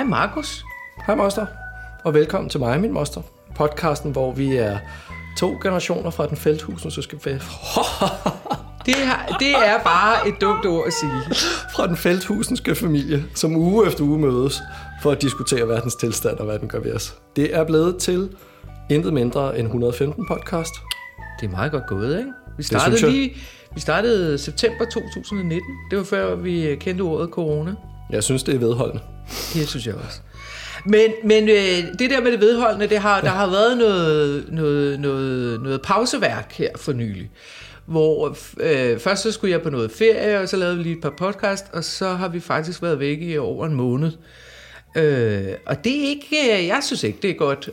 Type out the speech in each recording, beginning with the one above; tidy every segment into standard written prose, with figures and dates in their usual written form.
Markus. Hej moster, og velkommen til mig og min moster. Podcasten, hvor vi er 2 generationer fra den felthusenske Det er bare et dumt ord at sige. Fra den felthusenske familie, som uge efter uge mødes for at diskutere verdens tilstand og hvad den gør ved os. Det er blevet til intet mindre end 115 podcast. Det er meget godt gået, ikke? Vi startede september 2019. Det var før vi kendte ordet corona. Jeg synes, det er vedholdende. Det synes jeg også. Men det der med det vedholdende, der har været noget pauseværk her for nylig. Hvor først så skulle jeg på noget ferie, og så lavede vi lige et par podcast, og så har vi faktisk været væk i over en måned. Og det er ikke, jeg synes ikke, det er godt.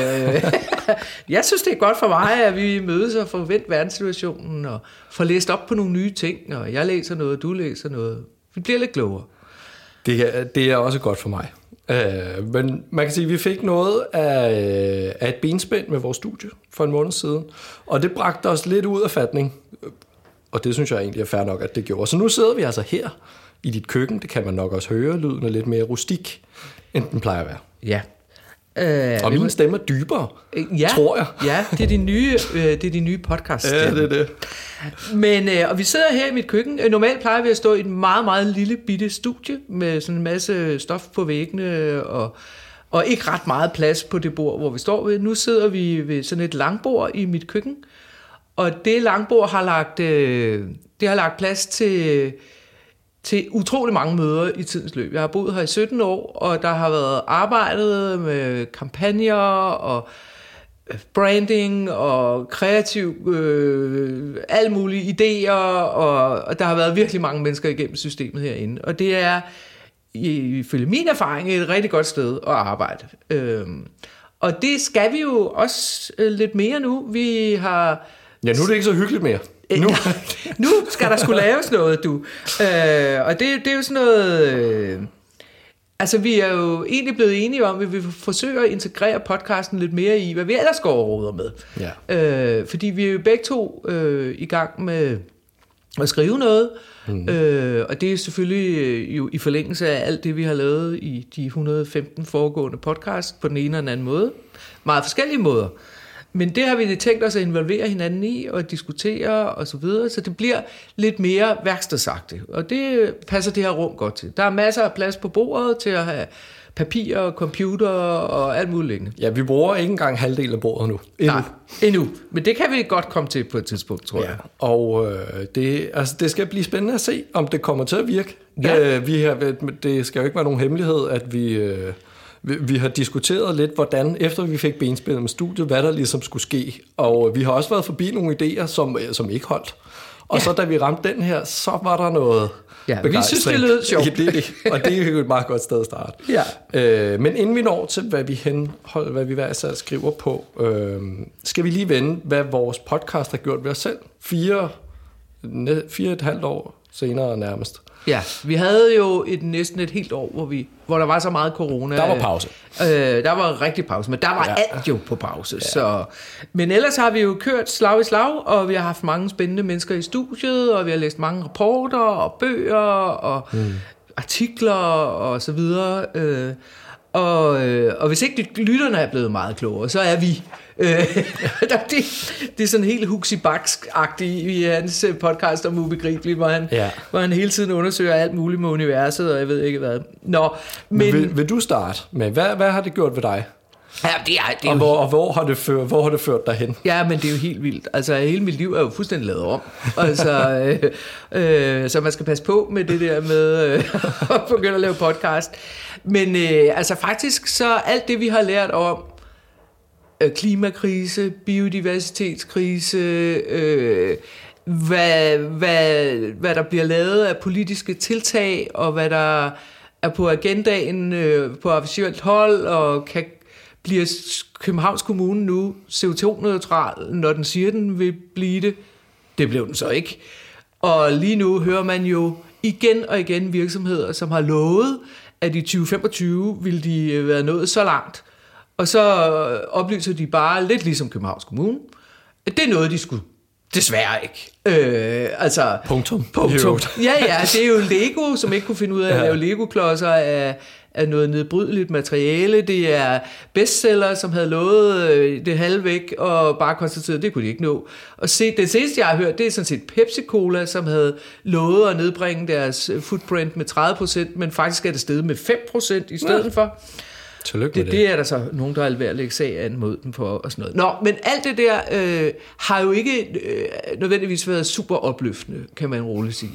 Jeg synes, det er godt for mig, at vi mødes og får vendt verdenssituationen, og får læst op på nogle nye ting, og jeg læser noget, du læser noget. Vi bliver lidt klogere. Det er også godt for mig. Men man kan sige, at vi fik noget af et benspænd med vores studie for en måned siden, og det bragte os lidt ud af fatning, og det synes jeg egentlig er fair nok, at det gjorde. Så nu sidder vi altså her i dit køkken, det kan man nok også høre, lyden er lidt mere rustik, end den plejer at være. Ja. Og min stemme er dybere, tror jeg. Ja, det er de nye podcast. Ja, det er det. Men, og vi sidder her i mit køkken. Normalt plejer vi at stå i et meget, meget lille bitte studie med sådan en masse stof på væggene og ikke ret meget plads på det bord, hvor vi står ved. Nu sidder vi ved sådan et langbord i mit køkken, og det langbord har lagt plads til utrolig mange møder i tidens løb. Jeg har boet her i 17 år, og der har været arbejdet med kampagner og branding og kreativ, alle mulige idéer, og der har været virkelig mange mennesker igennem systemet herinde. Og det er, ifølge min erfaring, et rigtig godt sted at arbejde. Og det skal vi jo også lidt mere nu. Vi har... Ja, nu er det ikke så hyggeligt mere. Nu skal der sgu laves noget, du. Og det er jo sådan noget... Altså, vi er jo egentlig blevet enige om, at vi forsøger at integrere podcasten lidt mere i, hvad vi ellers går og roder med. Ja. Fordi vi er jo begge to i gang med at skrive noget. Og det er selvfølgelig jo i forlængelse af alt det, vi har lavet i de 115 foregående podcast på den ene og den anden måde. Meget forskellige måder. Men det har vi tænkt os at involvere hinanden i og diskutere og så videre, så det bliver lidt mere værkstedsagtigt. Og det passer det her rum godt til. Der er masser af plads på bordet til at have papir og computer og alt muligt liggende. Ja, vi bruger ikke engang halvdelen af bordet nu. Endnu. Men det kan vi godt komme til på et tidspunkt, tror jeg. Og det skal blive spændende at se, om det kommer til at virke. Ja. Det skal jo ikke være nogen hemmelighed, at vi har diskuteret lidt, hvordan, efter vi fik benspændet med studiet, hvad der ligesom skulle ske. Og vi har også været forbi nogle idéer, som ikke holdt. Og så da vi ramte den her, så var der noget begejstring. Vi synes, det lød sjovt. Og det er jo et meget godt sted at starte. Ja. Men inden vi når til, hvad vi hver især skriver på, skal vi lige vende, hvad vores podcast har gjort ved os selv. 4,5 år senere nærmest. Ja, vi havde jo næsten et helt år, hvor der var så meget corona. Der var pause. Der var rigtig pause, men der var alt jo på pause. Ja. Så. Men ellers har vi jo kørt slag i slag, og vi har haft mange spændende mennesker i studiet, og vi har læst mange rapporter og bøger og artikler og så videre. Og hvis ikke lytterne er blevet meget klogere, så er vi. Det er sådan helt Huxi-Baks-agtigt i hans podcast om Ubegribeligt, hvor han hele tiden undersøger alt muligt med universet, og jeg ved ikke hvad. Men vil du starte med, hvad har det gjort ved dig? Ja, det er hvor har det ført dig hen? Ja, men det er jo helt vildt. Altså, hele mit liv er jo fuldstændig lavet om. Altså, så man skal passe på med det der med at begynde at lave podcast. Men altså faktisk, så alt det, vi har lært om klimakrise, biodiversitetskrise, hvad der bliver lavet af politiske tiltag, og hvad der er på agendaen på officielt hold, og bliver Københavns Kommune nu CO2-neutral, når den siger, den vil blive det. Det blev den så ikke. Og lige nu hører man jo igen og igen virksomheder, som har lovet, at i 2025 vil de være nået så langt. Og så oplyser de bare, lidt ligesom Københavns Kommune, at det er noget, de skulle desværre ikke. Punktum. Ja, det er jo Lego, som ikke kunne finde ud af at lave Lego-klodser af noget nedbrydeligt materiale. Det er bestseller, som havde lovet det halve væk, og bare konstateret, det kunne de ikke nå. Og det seneste, jeg har hørt, det er sådan set Pepsi-Cola, som havde lovet at nedbringe deres footprint med 30%, men faktisk er det steget med 5% i stedet for. Tillykke med det. Det er der så nogen, der er ved at lægge sag an mod dem for og sådan noget. Nå, men alt det der har jo ikke nødvendigvis været super opløftende, kan man roligt sige.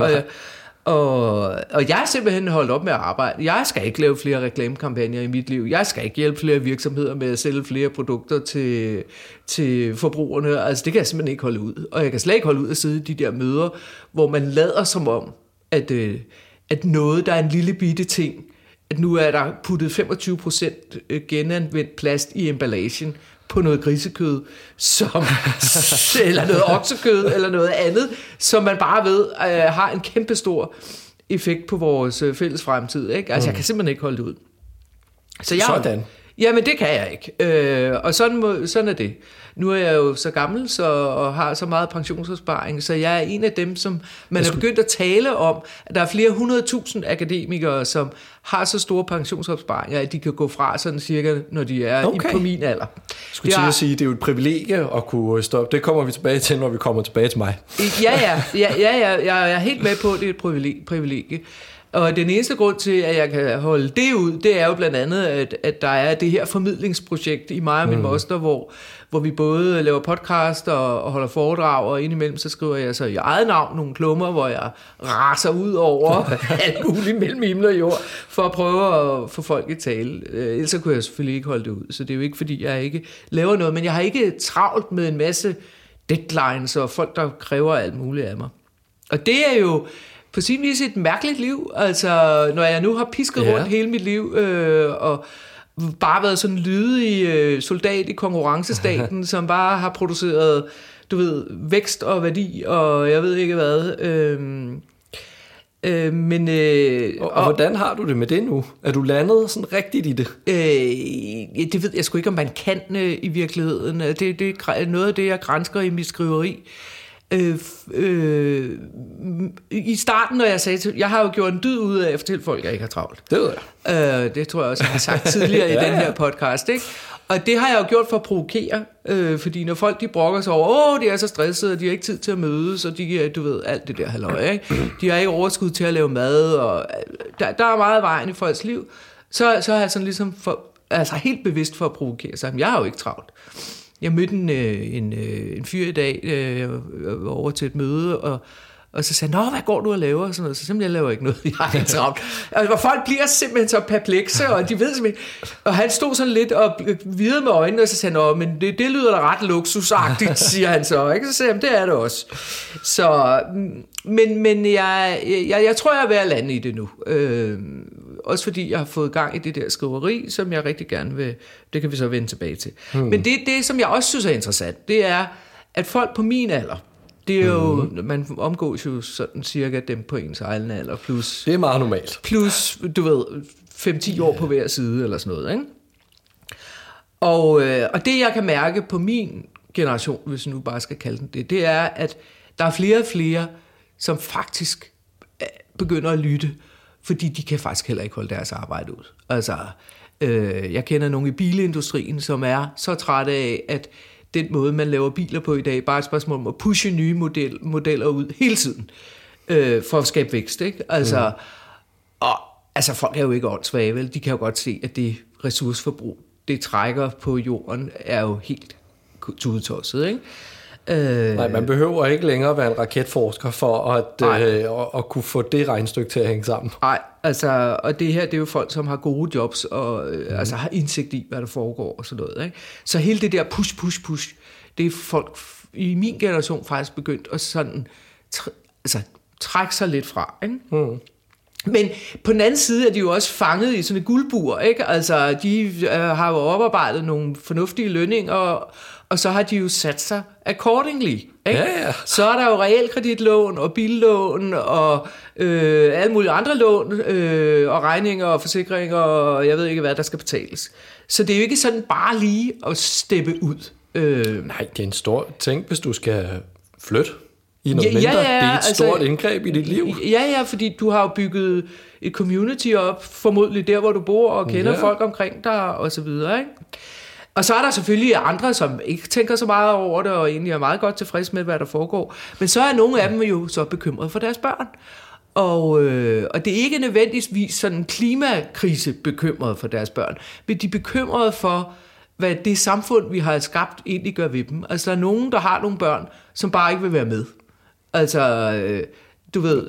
Og jeg har simpelthen holdt op med at arbejde. Jeg skal ikke lave flere reklamekampagner i mit liv. Jeg skal ikke hjælpe flere virksomheder med at sælge flere produkter til forbrugerne. Altså, det kan jeg simpelthen ikke holde ud. Og jeg kan slet ikke holde ud at sidde i de der møder, hvor man lader som om, at noget, der er en lille bitte ting, at nu er der puttet 25% genanvendt plast i emballagen på noget grisekød, eller noget oksekød, eller noget andet, som man bare ved har en kæmpestor effekt på vores fælles fremtid. Ikke? Altså, jeg kan simpelthen ikke holde det ud. Sådan. Jamen, det kan jeg ikke. Og sådan er det. Nu er jeg jo så gammel og har så meget pensionsopsparing, så jeg er en af dem, som man er begyndt at tale om, at der er flere 100.000 akademikere, som har så store pensionsopsparinger, at de kan gå fra sådan cirka, når de er på min alder. Skulle til at sige, det er jo et privilegie at kunne stoppe. Det kommer vi tilbage til, når vi kommer tilbage til mig. Ja, jeg er helt med på, at det er et privilegie. Og den eneste grund til, at jeg kan holde det ud, det er jo blandt andet, at der er det her formidlingsprojekt i mig og min moster, hvor vi både laver podcast og holder foredrag, og indimellem så skriver jeg så i eget navn nogle klummer, hvor jeg raser ud over alt muligt mellem himmel og jord, for at prøve at få folk i tale. Ellers kunne jeg selvfølgelig ikke holde det ud, så det er jo ikke, fordi jeg ikke laver noget, men jeg har ikke travlt med en masse deadlines og folk, der kræver alt muligt af mig. Og det er jo på sin vis et mærkeligt liv, altså når jeg nu har pisket rundt hele mit liv, og bare været sådan en lydig soldat i konkurrencestaten, som bare har produceret, du ved, vækst og værdi, og jeg ved ikke hvad. Og hvordan har du det med det nu? Er du landet sådan rigtigt i det? Det ved jeg sgu ikke, om man kan i virkeligheden. Det er noget af det, jeg gransker i mit skriveri. I starten, når jeg sagde til, jeg har jo gjort en dyd ud af at fortælle folk, at jeg ikke har travlt. Det ved jeg. Det tror jeg også, jeg har sagt tidligere i den her podcast, ikke? Og det har jeg jo gjort for at provokere, fordi når folk de brokker sig over, de er så stressede, og de har ikke tid til at mødes, og de, du ved, alt det der halløj, ikke? De har ikke overskud til at lave mad, og der er meget vejen i folks liv. Så har jeg sådan ligesom helt bevidst for at provokere sig. Jeg har jo ikke travlt. Jeg mødte en fyr i dag over til et møde, og så sagde han, hvad går du og laver? Og sådan noget. Så simpelthen, jeg laver ikke noget, jeg har ikke travlt. Altså, folk bliver simpelthen så perplekse, og de ved simpelthen, og han stod sådan lidt og virrede med øjnene, og så sagde han, men det lyder da ret luksusagtigt, siger han så. Ikke? Så sagde han, det er det også. Så, men jeg tror, jeg er ved at lande i det nu. Også fordi jeg har fået gang i det der skriveri, som jeg rigtig gerne vil, det kan vi så vende tilbage til. Men det, som jeg også synes er interessant, det er, at folk på min alder, det er jo, man omgås jo sådan cirka dem på ens egen alder, plus... Det er meget normalt. Plus, du ved, 5-10 år på hver side, eller sådan noget, ikke? Og det, jeg kan mærke på min generation, hvis jeg nu bare skal kalde den det er, at der er flere og flere, som faktisk begynder at lytte, fordi de kan faktisk heller ikke holde deres arbejde ud. Altså, jeg kender nogle i bilindustrien, som er så trætte af, at den måde, man laver biler på i dag, bare et spørgsmål om at pushe nye modeller ud hele tiden, for at skabe vækst, ikke? Altså, og folk er jo ikke åndssvage, vel? De kan jo godt se, at det ressourceforbrug, det trækker på jorden, er jo helt tudetosset, ikke? Nej, man behøver ikke længere være en raketforsker for at kunne få det regnestykke til at hænge sammen. Nej, altså, og det her, det er jo folk, som har gode jobs, og altså har indsigt i, hvad der foregår, og sådan noget, ikke? Så hele det der push, det er folk i min generation faktisk begyndt at sådan, trække sig lidt fra, ikke? Men på den anden side er de jo også fanget i sådan et guldbur, ikke? Altså, de har jo oparbejdet nogle fornuftige lønninger, og så har de jo sat sig accordingly, ikke? Ja. Så er der jo realkreditlån og billån og alle mulige andre lån og regninger og forsikringer og jeg ved ikke hvad der skal betales. Så det er jo ikke sådan bare lige at steppe ud. Nej, det er en stor ting, hvis du skal flytte. i noget mindre. Det er et stort indgreb i dit liv. Ja, fordi du har jo bygget et community op, formodentlig der, hvor du bor, og kender folk omkring dig, og så videre, ikke? Og så er der selvfølgelig andre, som ikke tænker så meget over det, og egentlig er meget godt tilfreds med, hvad der foregår. Men så er nogle af dem jo så bekymrede for deres børn. Og det er ikke nødvendigvis sådan en klimakrise bekymret for deres børn, men de er bekymrede for, hvad det samfund, vi har skabt, egentlig gør ved dem. Altså, der er nogen, der har nogle børn, som bare ikke vil være med. Altså, du ved,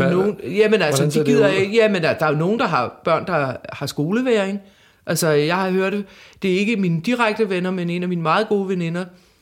de gider ikke. Jamen, der er jo nogen, der har børn, der har skoleværing. Altså, jeg har hørt det. Det er ikke mine direkte venner, men en af mine meget gode veninder,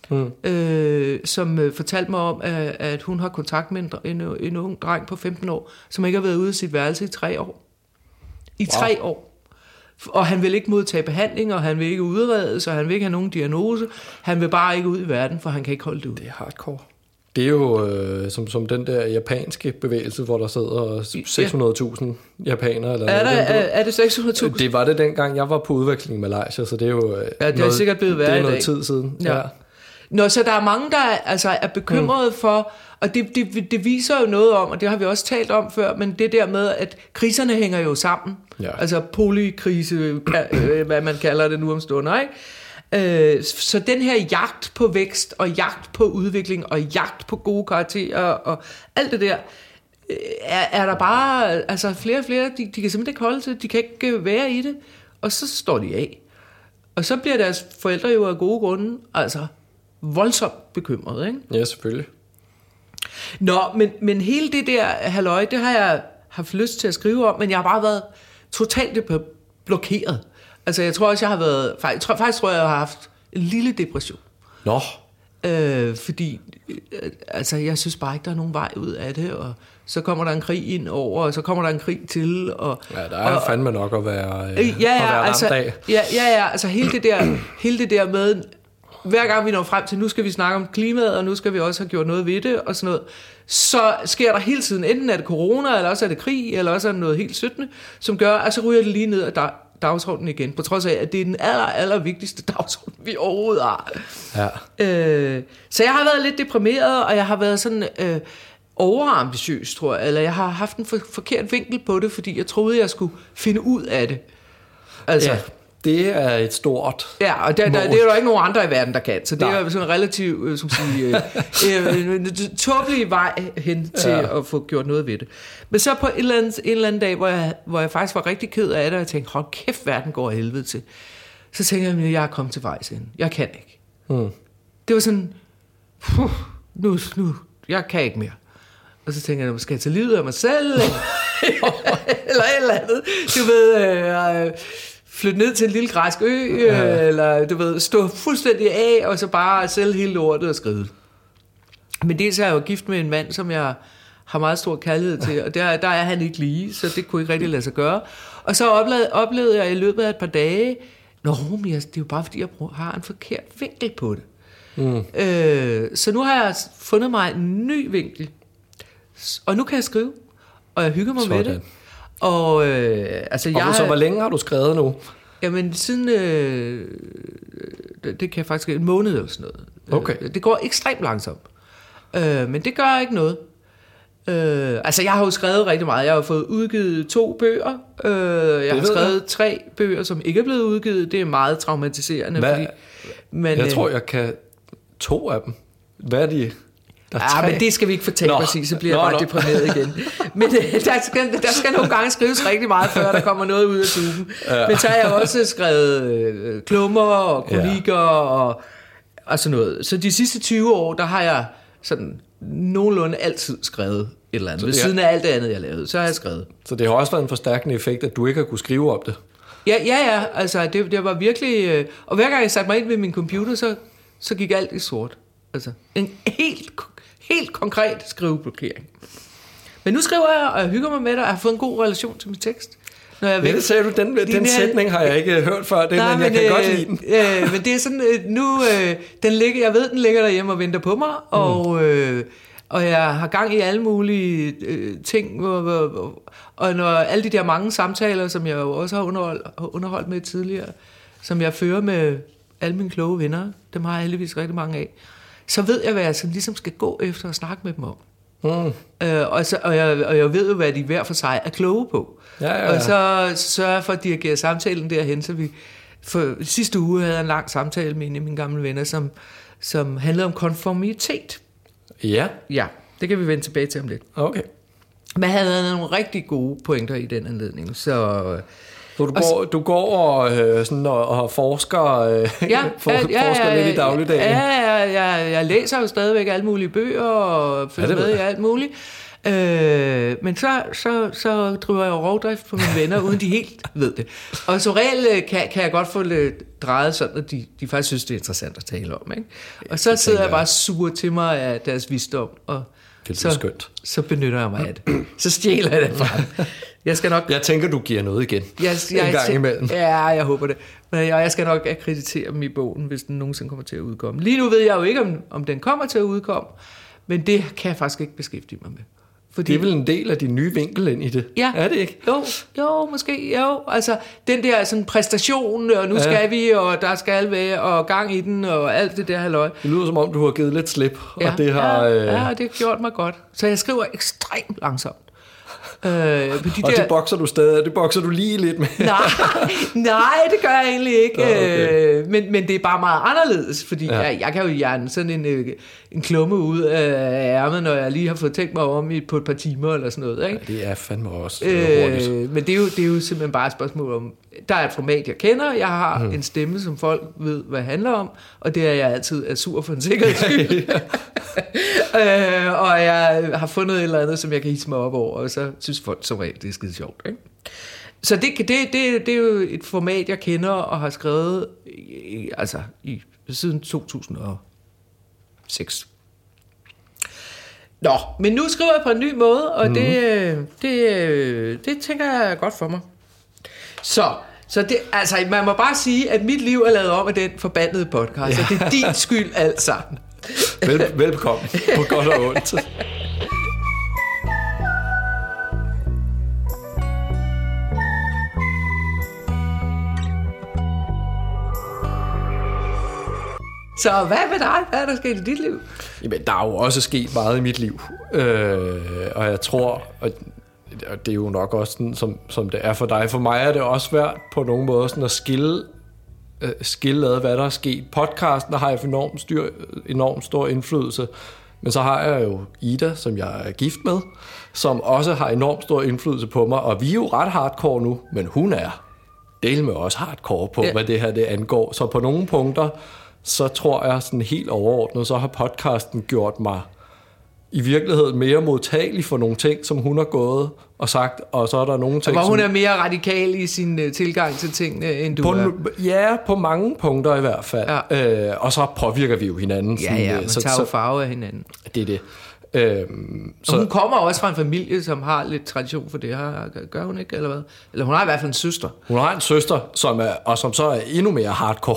som fortalte mig om, at hun har kontakt med en ung dreng på 15 år, som ikke har været ude af sit værelse i 3 år. I 3 år. Og han vil ikke modtage behandling, og han vil ikke udredes, og han vil ikke have nogen diagnose. Han vil bare ikke ud i verden, for han kan ikke holde det ud. Det er hardcore. Det er jo som den der japanske bevægelse, hvor der sidder 600.000 japanere. Eller er det 600.000? Det var det dengang, jeg var på udveksling i Malaysia, så det er jo det er sikkert blevet værre i dag. Det er noget tid siden. Ja. Nå, så der er mange, der altså er bekymrede for, og det viser jo noget om, og det har vi også talt om før, men det der med, at kriserne hænger jo sammen. Ja. Altså polykrise, hvad man kalder det nu om stunder, ikke? Så den her jagt på vækst, og jagt på udvikling, og jagt på gode karakterer, og alt det der, er der bare, altså flere og flere, de kan simpelthen ikke holde til, de kan ikke være i det, og så står de af. Og så bliver deres forældre jo af gode grunde, altså voldsomt bekymrede, ikke? Ja, selvfølgelig. Nå, men hele det der halløj, det har jeg haft lyst til at skrive om, men jeg har bare været totalt blokeret. Altså, jeg tror også, jeg har været... Faktisk tror jeg har haft en lille depression. Nå. Fordi, altså, jeg synes bare ikke, der er nogen vej ud af det, og så kommer der en krig ind over, og så kommer der en krig til, og... Ja, der er fandme nok at være ramt af. Ja, altså hele det der med... Hver gang vi når frem til, nu skal vi snakke om klimaet, og nu skal vi også have gjort noget ved det, og sådan noget, så sker der hele tiden, enten er det corona, eller også er det krig, eller også er det noget helt syttende, som gør, at så ryger det lige ned af dagsordenen igen, på trods af, at det er den aller vigtigste dagsorden, vi overhovedet har. Ja. Så jeg har været lidt deprimeret, og jeg har været sådan overambitiøs, tror jeg, eller jeg har haft en forkert vinkel på det, fordi jeg troede, jeg skulle finde ud af det. Altså... Ja. Det er et stort ja, og det er der ikke nogen andre i verden, der kan. Så det er jo sådan en relativt tåbelig vej hen til at få gjort noget ved det. Men så på en eller anden dag, hvor jeg faktisk var rigtig ked af det, og jeg tænkte, hold kæft, verden går af helvede til. Så tænkte jeg, at jeg er kommet til vejs ende. Jeg kan ikke. Det var sådan, nu, jeg kan ikke mere. Og så tænkte jeg, skal jeg tage livet af mig selv? eller et eller andet. Du ved... flytte ned til en lille græsk ø, eller du ved, stå fuldstændig af, og så bare sælge hele lortet og skrive. Men dels er jeg jo gift med en mand, som jeg har meget stor kærlighed til, og der er han ikke lige, så det kunne ikke rigtig lade sig gøre. Og så oplevede jeg i løbet af et par dage, det er jo bare fordi, jeg har en forkert vinkel på det. Så nu har jeg fundet mig en ny vinkel, og nu kan jeg skrive, og jeg hygger mig med det. Og så hvor længe har du skrevet nu? Jamen siden det kan jeg faktisk en måned eller sådan noget. Okay. Det går ekstremt langsomt. Men det gør ikke noget. Jeg har jo skrevet rigtig meget. Jeg har jo fået udgivet 2 bøger. Jeg har skrevet 3 bøger, som ikke er blevet udgivet. Det er meget traumatiserende. Jeg tror, jeg kan 2 af dem. Hvad er de? Men det skal vi ikke fortælle præcis, så bliver jeg bare deprimeret igen. Men der skal nogle gange skrives rigtig meget, før der kommer noget ud af tuben. Ja. Men så har jeg også skrevet klummer og kronikker og sådan noget. Så de sidste 20 år, der har jeg sådan nogenlunde altid skrevet et eller andet. Ved siden af alt det andet, jeg lavede, så har jeg skrevet. Så det har også været en forstærkende effekt, at du ikke har kunne skrive om det? Ja, altså det var virkelig... Og hver gang jeg satte mig ind ved min computer, så gik alt i sort. Altså en helt konkret skriveblokering. Men nu skriver jeg, og jeg hygger mig med det, og jeg har fået en god relation til min tekst. Det sagde du, den sætning har jeg ikke hørt før, men jeg kan godt lide den. Men det er sådan, nu, jeg ved, den ligger derhjemme og venter på mig, og jeg har gang i alle mulige ting, og når alle de der mange samtaler, som jeg jo også har underholdt med tidligere, som jeg fører med alle mine kloge venner, dem har jeg heldigvis rigtig mange af, så ved jeg, hvad jeg ligesom skal gå efter og snakke med dem om. Og jeg ved jo, hvad de hver for sig er kloge på. Og så sørger jeg for at dirigere samtalen derhen, så vi... For sidste uge havde jeg en lang samtale med en af mine gamle venner, som handlede om konformitet. Ja. Ja, det kan vi vende tilbage til om lidt. Okay. Men jeg havde nogle rigtig gode pointer i den anledning, så du går og forsker, forsker lidt i dagligdagen? Ja, jeg læser jo stadigvæk alle mulige bøger og følger med i alt muligt. Men så driver jeg rovdrift på mine venner, uden de helt ved det. Og som regel kan jeg godt få lidt drejet sådan, at de faktisk synes, det er interessant at tale om. Ikke? Og så sidder jeg bare sur til mig af deres visdom, og det er skønt. Så benytter jeg mig af det. Så stjæler jeg det fra dem. Jeg tænker, du giver noget igen. En gang imellem. Ja, jeg håber det. Men jeg skal nok akkreditere dem i bogen, hvis den nogensinde kommer til at udkomme. Lige nu ved jeg jo ikke, om den kommer til at udkomme, men det kan jeg faktisk ikke beskæftige mig med. Fordi det er vel en del af din nye vinkel ind i det? Ja. Er det ikke? Jo, måske. Jo. Altså, den der sådan præstation, og nu skal vi, og der skal være, og gang i den, og alt det der halløj. Det lyder som om, du har givet lidt slip, og det har... Ja, det har gjort mig godt. Så jeg skriver ekstremt langsomt. Det bokser du stadig, det bokser du lige lidt med. nej, det gør jeg egentlig ikke. Okay. Men det er bare meget anderledes, fordi jeg kan jo hjerne sådan en klumme ud af ærmet, når jeg lige har fået tænkt mig om på et par timer eller sådan noget. Ikke? Ja, det er fandme også hurtigt. Men det er jo simpelthen bare et spørgsmål om, der er et format, jeg kender, jeg har en stemme, som folk ved, hvad det handler om, og det er jeg altid sur for en sikkerheds skyld. Og jeg har fundet et eller andet, som jeg kan hisse mig op over, og så synes folk som regel, det er skide sjovt. Ikke? Så det er jo et format, jeg kender og har skrevet siden 2006. Nå, men nu skriver jeg på en ny måde, og det tænker jeg er godt for mig. Så det, altså, man må bare sige, at mit liv er lavet om af den forbandede podcast, og det er din skyld alt sammen. Velkommen, på godt og ondt. Så hvad med dig? Hvad er der sket i dit liv? Jamen, der er jo også sket meget i mit liv. Og jeg tror, og det er jo nok også sådan, som det er for dig. For mig er det også svært på nogle måder sådan at skille ad, hvad der er sket. Podcasten har jeg enormt stor indflydelse. Men så har jeg jo Ida, som jeg er gift med, som også har enormt stor indflydelse på mig. Og vi er jo ret hardcore nu, men hun er del med også hardcore på, hvad det her det angår. Så på nogle punkter, så tror jeg sådan helt overordnet, så har podcasten gjort mig i virkeligheden mere modtagelig for nogle ting, som hun har gået og sagt, og så er der nogle ting, hvor hun er mere radikal i sin tilgang til tingene, end du er. Ja, på mange punkter i hvert fald. Ja. Og så påvirker vi jo hinanden. Ja, man tager jo farve af hinanden. Det er det. Og hun kommer også fra en familie, som har lidt tradition for det her. Gør hun ikke, eller hvad? Eller hun har i hvert fald en søster. Hun har en søster, som så er endnu mere hardcore.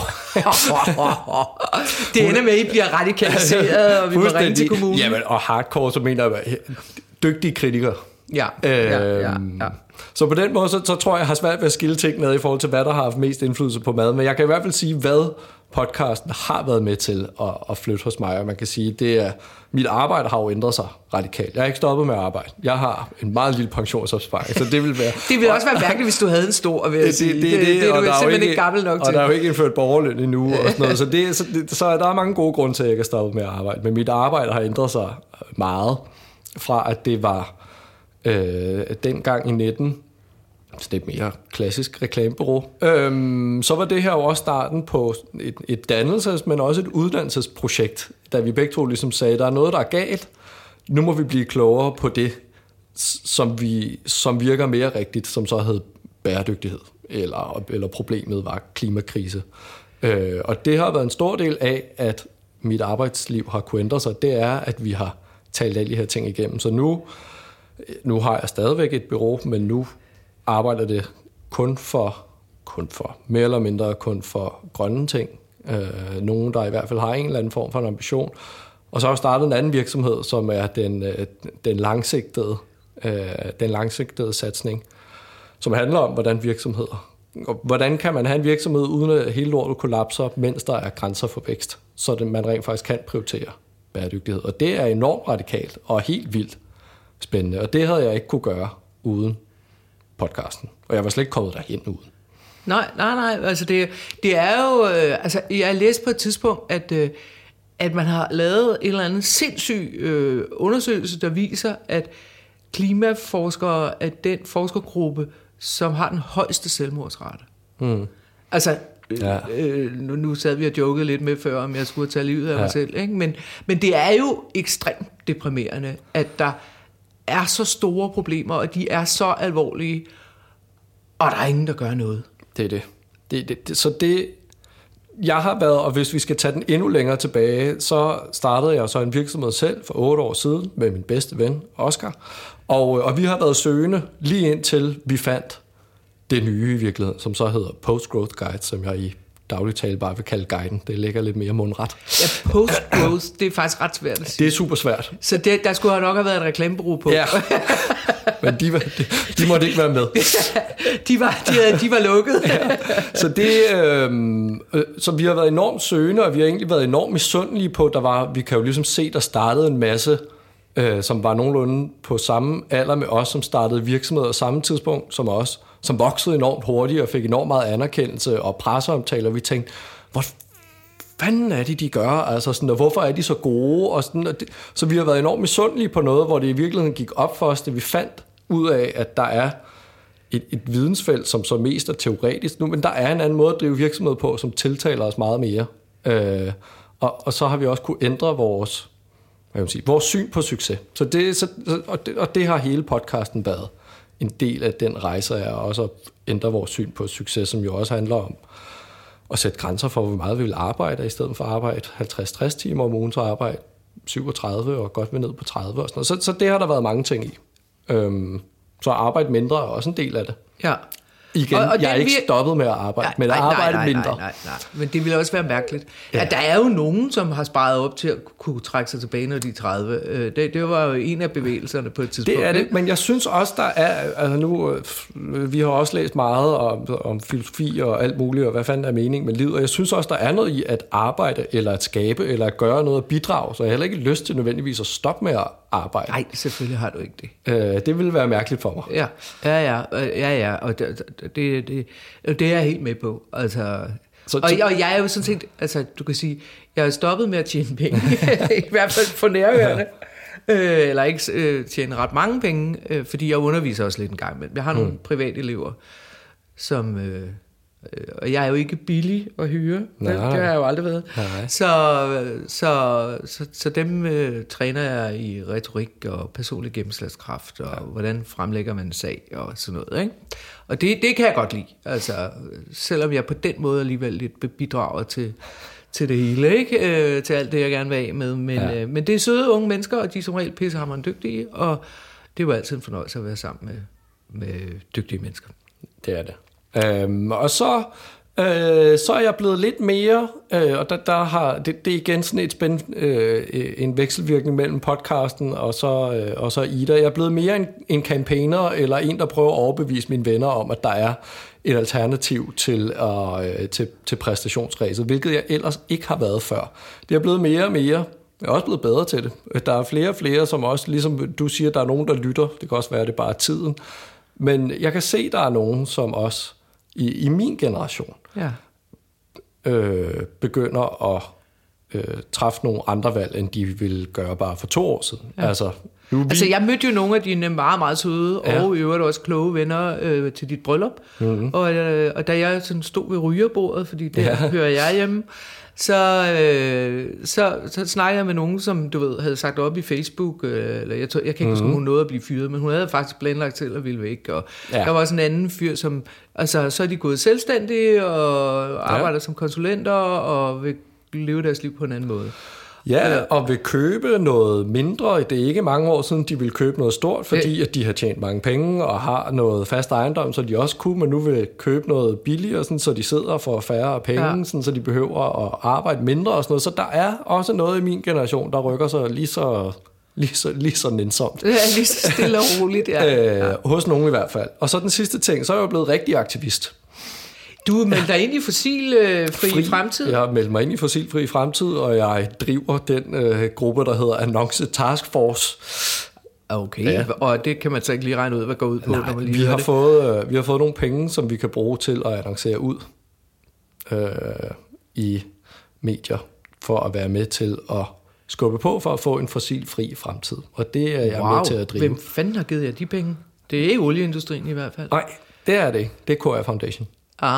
Det ender med, at I bliver radikaliseret, og vi må ringe til kommunen. Jamen, og hardcore, så mener jeg dygtige kritikere. Ja. Så på den måde, så tror jeg har svært ved at skille ting ned i forhold til, hvad der har haft mest indflydelse på mad. Men jeg kan i hvert fald sige, hvad podcasten har været med til at flytte hos mig. Og man kan sige, det er, mit arbejde har jo ændret sig radikalt. Jeg har ikke stoppet med at arbejde. Jeg har en meget lille pensionsopsparing, så det vil være... Det ville også være mærkeligt, hvis du havde en stor, vil jeg sige. Det er du simpelthen ikke gammel nok til. Og der er jo ikke indført borgerløn endnu og sådan noget. Så der er mange gode grunde til, at jeg ikke har stoppet med at arbejde. Men mit arbejde har ændret sig meget fra, at det var dengang i 19... Så det er et mere klassisk reklamebureau. Så var det her jo også starten på et dannelses-, men også et uddannelsesprojekt, da vi begge to ligesom sagde, der er noget, der er galt. Nu må vi blive klogere på det, som virker mere rigtigt, som så hed bæredygtighed, eller problemet var klimakrise. Og det har været en stor del af, at mit arbejdsliv har kunnet ændre sig, det er, at vi har talt alle de her ting igennem. Så nu har jeg stadigvæk et bureau, men nu arbejder det kun for mere eller mindre kun for grønne ting. Nogen, der i hvert fald har en eller anden form for en ambition. Og så har jeg startet en anden virksomhed, som er den langsigtede satsning, som handler om, hvordan kan man have en virksomhed, uden at hele lortet kollapser, mens der er grænser for vækst, så man rent faktisk kan prioritere. bæredygtighed. Og det er enormt radikalt og helt vildt spændende. Og det havde jeg ikke kunne gøre uden podcasten. Og jeg var slet ikke kommet derhen uden. Nej. Altså det er jo... altså jeg læste på et tidspunkt, at man har lavet en eller anden sindssyg undersøgelse, der viser, at klimaforskere er den forskergruppe, som har den højeste selvmordsrate. Altså, nu sad vi og jokede lidt med før, om jeg skulle tage livet af mig selv, ikke? Men det er jo ekstremt deprimerende, at der er så store problemer, og de er så alvorlige, og der er ingen, der gør noget. Det er det. Så det, jeg har været, og hvis vi skal tage den endnu længere tilbage, så startede jeg så en virksomhed selv for 8 år siden med min bedste ven, Oscar. Og vi har været søgende lige indtil vi fandt det nye i virkeligheden, som så hedder Post-Growth Guide, som jeg i daglig tale bare vil kalde guiden. Det ligger lidt mere mundret. Ja, Post-Growth, det er faktisk ret svært at sige. Det er super svært. Så der skulle nok have været et reklamebureau på. Ja, men de måtte ikke være med. de var lukket. Ja. Så så vi har været enormt søgende, og vi har egentlig været enormt misundelige på, vi kan jo ligesom se, der startede en masse, som var nogenlunde på samme alder med os, som startede virksomheder samme tidspunkt som os, som voksede enormt hurtigt og fik enormt meget anerkendelse og presseomtaler. Vi tænkte, hvor fanden er de gør? Altså sådan, og hvorfor er de så gode? Og sådan, så vi har været enormt misundelige på noget, hvor det i virkeligheden gik op for os, det vi fandt ud af, at der er et vidensfelt, som så mest er teoretisk nu, men der er en anden måde at drive virksomhed på, som tiltaler os meget mere. Og så har vi også kunne ændre vores syn på succes. Og det har hele podcasten været en del af den rejse, er også at ændre vores syn på succes, som jo også handler om at sætte grænser for, hvor meget vi vil arbejde, i stedet for at arbejde 50-60 timer om ugen, så arbejde 37 og godt vil ned på 30 og sådan noget. Så det har der været mange ting i. Så arbejde mindre er også en del af det. Ja. Igen, og jeg er ikke stoppet med at arbejde, men at arbejde mindre. Nej. Men det vil også være mærkeligt. Ja. At der er jo nogen, som har sparet op til at kunne trække sig tilbage, når de er 30. Det var jo en af bevægelserne på et tidspunkt. Det er det, men jeg synes også, der er... Altså nu, vi har også læst meget om filosofi og alt muligt, og hvad fanden er meningen med livet, og jeg synes også, der er noget i at arbejde, eller at skabe, eller at gøre noget at bidrage, så jeg har heller ikke lyst til nødvendigvis at stoppe med at arbejde. Nej, selvfølgelig har du ikke det. Det ville være mærkeligt for mig. Ja, og det er jeg helt med på. Altså, og jeg er jo sådan set, altså du kan sige, jeg har stoppet med at tjene penge, i hvert fald for nærværende, eller ikke tjene ret mange penge, fordi jeg underviser også lidt en gang, men jeg har nogle private elever, som... og jeg er jo ikke billig at hyre. Det har jeg jo aldrig været. Så dem træner jeg i retorik og personlig gennemslagskraft og hvordan fremlægger man en sag og sådan noget, ikke? Og det kan jeg godt lide. Altså, selvom jeg på den måde alligevel lidt bidrager til det hele, ikke? Til alt det, jeg gerne vil af med. Men det er søde unge mennesker, og de er som regel pissehammerende dygtige, og det er jo altid en fornøjelse at være sammen med dygtige mennesker. Det er det. Og så er jeg blevet lidt mere, og der har det er igen sådan et en vekselvirkning mellem podcasten og så Ida. Jeg er blevet mere en campaigner eller en, der prøver at overbevise mine venner om, at der er et alternativ til præstationsræset, hvilket jeg ellers ikke har været før. Det er blevet mere og mere. Jeg er også blevet bedre til det. Der er flere og flere, som også, ligesom du siger, der er nogen, der lytter. Det kan også være, det er bare tiden. Men jeg kan se, der er nogen, som også i min generation begynder at træffe nogle andre valg, end de ville gøre bare for 2 år siden. Ja. Altså, jeg mødte jo nogle af dine meget, meget søde og i øvrigt også kloge venner til dit bryllup. Mm-hmm. Og da jeg sådan stod ved rygerbordet, fordi der hører jeg hjemme, så snakkede jeg med nogen, som du ved, havde sagt op i Facebook, eller jeg kan ikke huske, hun nåede at blive fyret, men hun havde faktisk planlagt til at ville væk, og der var også en anden fyr, som, altså så er de gået selvstændige, og arbejder som konsulenter, og vil leve deres liv på en anden måde. Ja, og vil købe noget mindre. Det er ikke mange år siden, de vil købe noget stort, fordi at de har tjent mange penge og har noget fast ejendom, så de også kunne, men nu vil købe noget billigere, sådan, så de sidder for færre penge, sådan, så de behøver at arbejde mindre og sådan noget. Så der er også noget i min generation, der rykker sig lige så nænsomt. Ja, lige så stille og roligt, hos nogen i hvert fald. Og så den sidste ting, så er jeg jo blevet rigtig aktivist. Du melder dig ind i Fossilfri Fremtid? Jeg har meldt mig ind i Fossilfri Fremtid, og jeg driver den gruppe, der hedder Annonce Task Force. Okay, ja. Og det kan man så ikke lige regne ud, hvad går ud på, når man lige vi har fået nogle penge, som vi kan bruge til at annoncere ud i medier, for at være med til at skubbe på for at få en fossilfri fremtid. Og det er jeg med til at drive. Hvem fanden har givet jer de penge? Det er ikke olieindustrien i hvert fald. Nej, det er det ikke. Det er KR Foundation.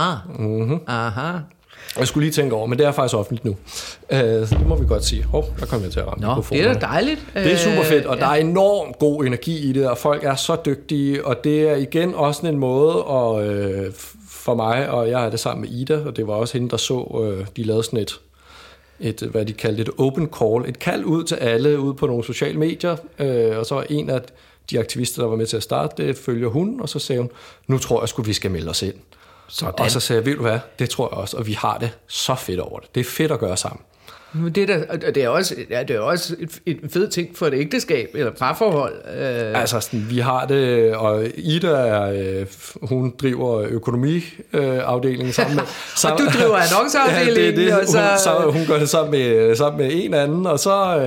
Aha. Jeg skulle lige tænke over, men det er faktisk offentligt nu. Så det må vi godt sige. Der kommer jeg til at ramme mikrofonen. Det er da dejligt. Det er super fedt, og der er enormt god energi i det, og folk er så dygtige, og det er igen også en måde at, for mig, og jeg er det sammen med Ida, og det var også hende, der så, de lavede sådan et hvad de kaldte et open call, et kald ud til alle ude på nogle sociale medier, og så var en af de aktivister, der var med til at starte det, følger hun, og så sagde hun, nu tror jeg sgu, vi skal melde os ind. Sådan. Og så sagde jeg, ved du hvad, det tror jeg også, og vi har det så fedt over det. Det er fedt at gøre sammen. Men det er også en fed ting for et ægteskab, eller parforhold. Altså, sådan, vi har det, og Ida, hun driver økonomiafdelingen sammen med... og du driver annonceafdelingen. Ja, det. Hun gør det sammen med en anden, og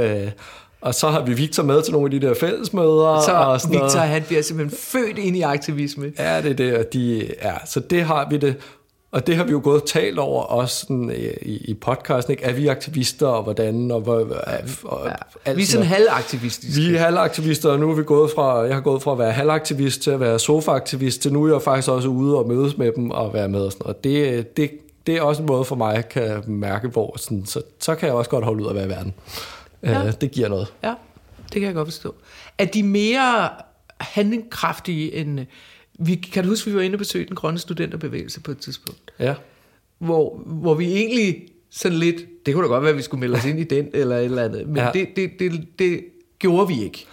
så har vi Victor med til nogle af de der fællesmøder. Så Victor, han bliver simpelthen født ind i aktivisme. Ja, det er det. Så det har vi det. Og det har vi jo gået talt over også sådan, i podcasten, ikke? Er vi aktivister, og hvordan, alt vi er sådan halvaktivistiske. Vi er halvaktivister, og nu er jeg har gået fra at være halvaktivist til at være sofaaktivist, til nu er jeg faktisk også ude og mødes med dem og være med og sådan noget. Det er også en måde for mig, at kan mærke, hvor sådan, så kan jeg også godt holde ud at være i verden. Ja. Det giver noget. Ja, det kan jeg godt forstå. Er de mere handlekraftige end... Kan du huske, vi var inde og besøge den grønne studenterbevægelse på et tidspunkt? Ja. Hvor vi egentlig sådan lidt... Det kunne da godt være, at vi skulle melde os ind i den, eller et eller andet. Men ja. det gjorde vi ikke.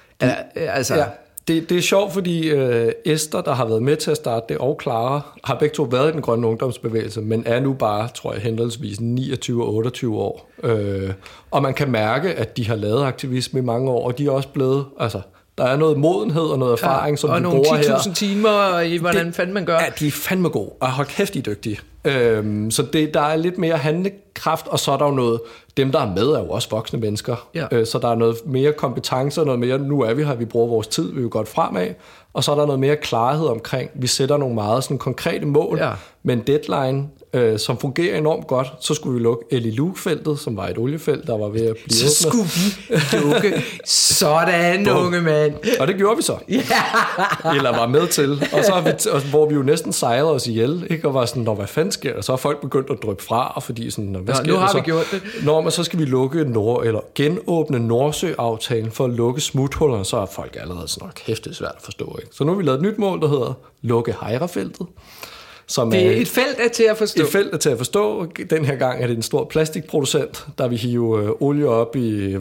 Det er sjovt, fordi Esther, der har været med til at starte det, og Clara, har begge to været i den grønne ungdomsbevægelse, men er nu bare, tror jeg, henholdsvis 29 og 28 år. Og man kan mærke, at de har lavet aktivisme i mange år, og de er også blevet... Altså, der er noget modenhed og noget erfaring, som de bruger her. Og nogle 10.000 timer i, hvordan fanden man gør. Ja, de er fandme gode, og hold kæft, de er dygtige. Så der er lidt mere handlekraft, og så er der jo noget... Dem, der er med, er jo også voksne mennesker. Ja. Så der er noget mere kompetencer, noget mere... Nu er vi her, vi bruger vores tid, vi er jo godt fremad. Og så er der noget mere klarhed omkring... Vi sætter nogle meget sådan, konkrete mål, med en deadline, som fungerer enormt godt. Så skulle vi lukke Ellie Luke-feltet, som var et oliefelt, der var ved at blive så åbnet. Så skulle vi lukke. Sådan, unge mand. Og det gjorde vi så. Eller var med til. Og så har vi, hvor vi jo næsten sejrede os ihjel, ikke? Og var sådan, hvad fanden sker der? Så har folk begyndt at dryppe fra, fordi sådan, hvad sker nu har der så? Vi gjort det. Men så skal vi lukke eller genåbne Nordsø-aftalen for at lukke smuthullerne, så er folk allerede sådan, kæft, det er svært at forstå, ikke? Så nu har vi lavet et nyt mål, der hedder lukke Hejrefeltet. Det er et felt er til at forstå. Et felt er til at forstå. Den her gang er det en stor plastikproducent, der vil hive olie op i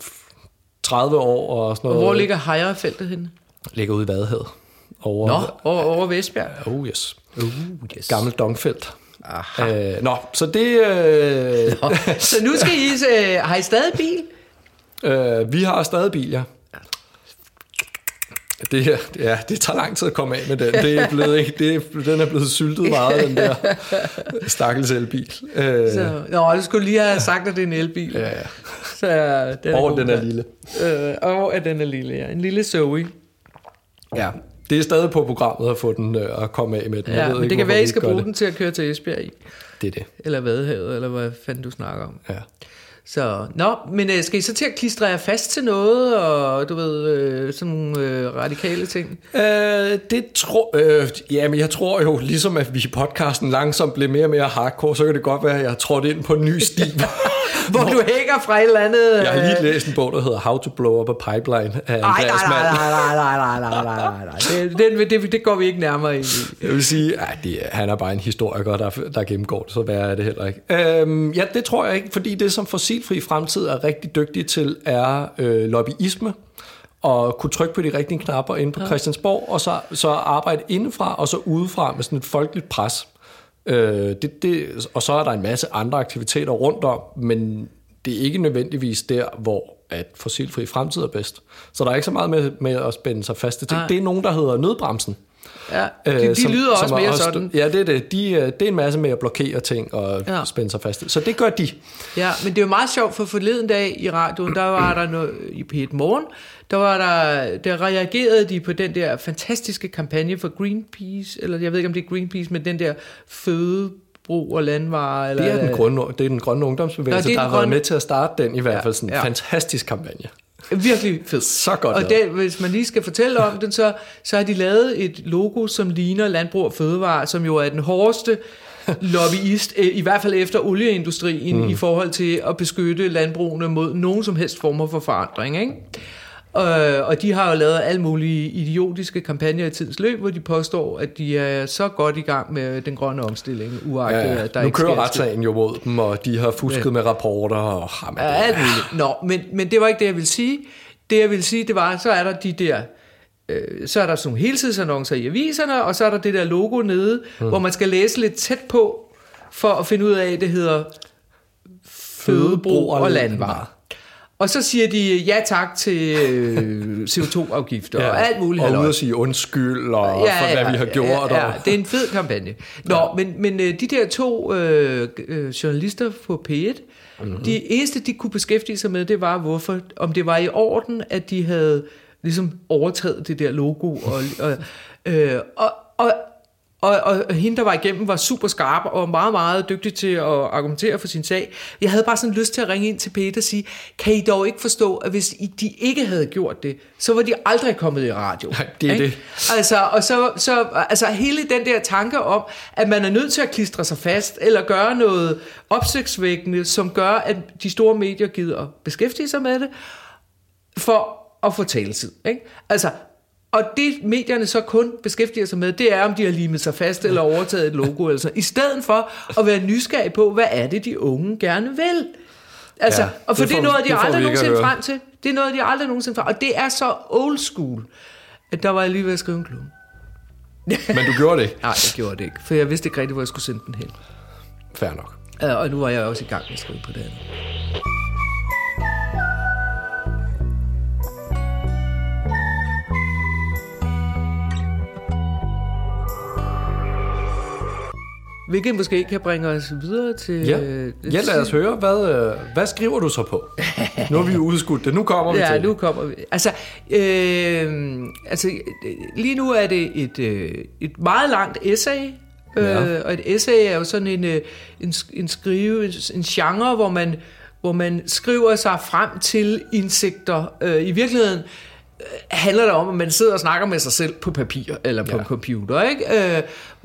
30 år og sådan noget. Og hvor ligger Hejrefeltet henne? Ligger ude i Vadehavet. Over Vestbjerg? Yes. Gammel dongfelt. Så det... Så nu skal I... Har I stadig bil? Vi har stadig bil, ja. Det tager lang tid at komme af med den. Den er blevet syltet meget, den der stakkels elbil. Du skulle lige have sagt, at det er en elbil. Ja. Så, den er lille. Den er lille, ja. En lille Zoe. Ja. Det er stadig på programmet at få den at komme af med den. Ja, men det kan være, I skal bruge den til at køre til Esbjerg i. Det er det. Eller Vadehavet, eller hvad fanden du snakker om. Ja. Så, men skal I så til at klistre jer fast til noget, og du ved, sådan nogle radikale ting? Men jeg tror jo, ligesom at vi i podcasten langsomt blev mere og mere hardcore, så kan det godt være, at jeg har trådt ind på en ny sti. Hvor du hænger fra et eller andet... Jeg har lige læst en bog, der hedder How to Blow Up a Pipeline af Andreas Nej. Det går vi ikke nærmere ind i. Jeg vil sige, han er bare en historiker, der gennemgår det, så værre er det heller ikke. Det tror jeg ikke, fordi det som Fossilfri Fremtid er rigtig dygtig til, er lobbyisme, og kunne trykke på de rigtige knapper inde på Christiansborg, og så arbejde indefra og så udefra med sådan et folkeligt pres. Og så er der en masse andre aktiviteter rundt om, men det er ikke nødvendigvis der, hvor at Fossilfri Fremtid er bedst. Så der er ikke så meget med at spænde sig fast til ting. Det er nogen, der hedder nødbremsen. Ja, de lyder også mere sådan. Ja, det er det. Det er en masse med at blokere ting og spænde sig fast. Så det gør de. Ja, men det er jo meget sjovt, for forleden dag i radioen, der var der noget, i P1 Morgen, der reagerede de på den der fantastiske kampagne for Greenpeace, eller jeg ved ikke, om det er Greenpeace, men den der fødebrug og landvarer. Eller, det er den grønne ungdomsbevægelse, der har været med til at starte den i hvert fald. Sådan en fantastisk kampagne. Virkelig fed. Så godt. Og det, hvis man lige skal fortælle om den, så har de lavet et logo, som ligner Landbrug og Fødevare, som jo er den hårdeste lobbyist, i hvert fald efter olieindustrien, i forhold til at beskytte landbrugene mod nogen som helst former for forandring, ikke? Og de har jo lavet alle mulige idiotiske kampagner i tidens løb, hvor de påstår, at de er så godt i gang med den grønne omstilling, uagtet at der nu ikke kører retssagen jo mod dem, og de har fusket med rapporter og alt muligt. Men det var ikke det, jeg ville sige. Det, jeg ville sige, det var, så er der de der så er der sådan nogle heltidsannoncer i aviserne, og så er der det der logo nede, hvor man skal læse lidt tæt på, for at finde ud af, at det hedder Fødebrug og Landvarer. Og så siger de ja tak til CO2-afgifter og alt muligt. Og ude at sige undskyld og for hvad vi har gjort. Ja, det er en fed kampagne. Men de der to journalister på P1, de eneste, de kunne beskæftige sig med, det var, om det var i orden, at de havde ligesom overtaget det der logo. Og hende, der var igennem, var super skarp og meget, meget dygtig til at argumentere for sin sag. Jeg havde bare sådan lyst til at ringe ind til Peter og sige, kan I dog ikke forstå, at hvis de ikke havde gjort det, så var de aldrig kommet i radio. Nej, det er ikke? Det. Altså hele den der tanke om, at man er nødt til at klistre sig fast, eller gøre noget opsigtsvækkende, som gør, at de store medier gider beskæftige sig med det, for at få taletid. Ikke? Altså, og det medierne så kun beskæftiger sig med, det er, om de har limet sig fast eller overtaget et logo, eller så, i stedet for at være nysgerrig på, hvad er det, de unge gerne vil. Altså, og for det er noget, de aldrig nogensinde frem til. Det er noget, de aldrig nogensinde frem til. Og det er så old school, at der var jeg lige ved at skrive en klumme. Men du gjorde det ikke? Nej, jeg gjorde det ikke, for jeg vidste ikke rigtigt, hvor jeg skulle sende den hen. Fair nok. Og nu var jeg også i gang med at skrive på det andet. Hvilket måske kan bringe os videre til... Ja, lad os høre. Hvad skriver du så på? Nu har vi jo udskudt det. Nu kommer vi til det. Ja, nu kommer vi. Altså, lige nu er det et meget langt essay. Og et essay er jo sådan en genre, hvor man skriver sig frem til indsigter. I virkeligheden handler det om, at man sidder og snakker med sig selv på papir eller på en computer, ikke?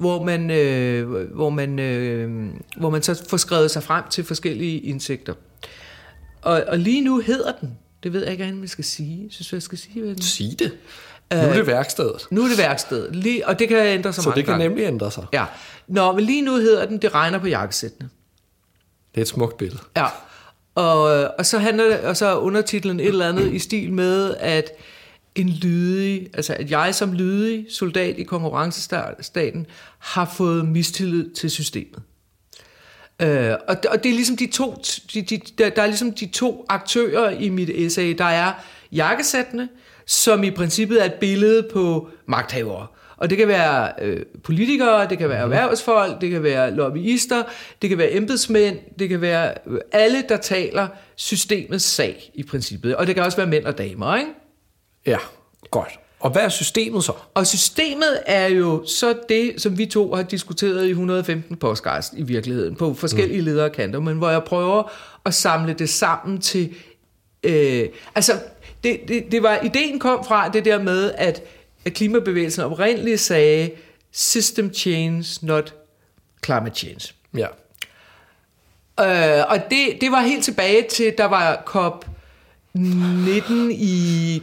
Hvor man så får skrevet sig frem til forskellige indsigter. Og lige nu hedder den, det ved jeg ikke, hvad jeg skal sige. Synes du, jeg skal sige, hvad den? Sig det. Nu er det værkstedet. Nu er det værkstedet, og det kan ændre sig så mange det kan gange. nemlig ændre sig. Ja. Men lige nu hedder den, det regner på jakkesættene. Det er et smukt billede. Ja. Og så handler det, og så er undertitlen et eller andet i stil med, at at jeg som lydig soldat i konkurrencestaten har fået mistillid til systemet. Og det er ligesom der er ligesom de to aktører i mit essay. Der er jakkesættene, som i princippet er et billede på magthavere. Og det kan være politikere, det kan være erhvervsfolk, det kan være lobbyister, det kan være embedsmænd, det kan være alle, der taler systemets sag i princippet. Og det kan også være mænd og damer, ikke? Ja, godt. Og hvad er systemet så? Og systemet er jo så det, som vi to har diskuteret i 115 podcast i virkeligheden, på forskellige lederkanter, men hvor jeg prøver at samle det sammen til... det var, ideen kom fra det der med, at klimabevægelsen oprindeligt sagde, system change, not climate change. Ja. Og det var helt tilbage til, der var COP 19 i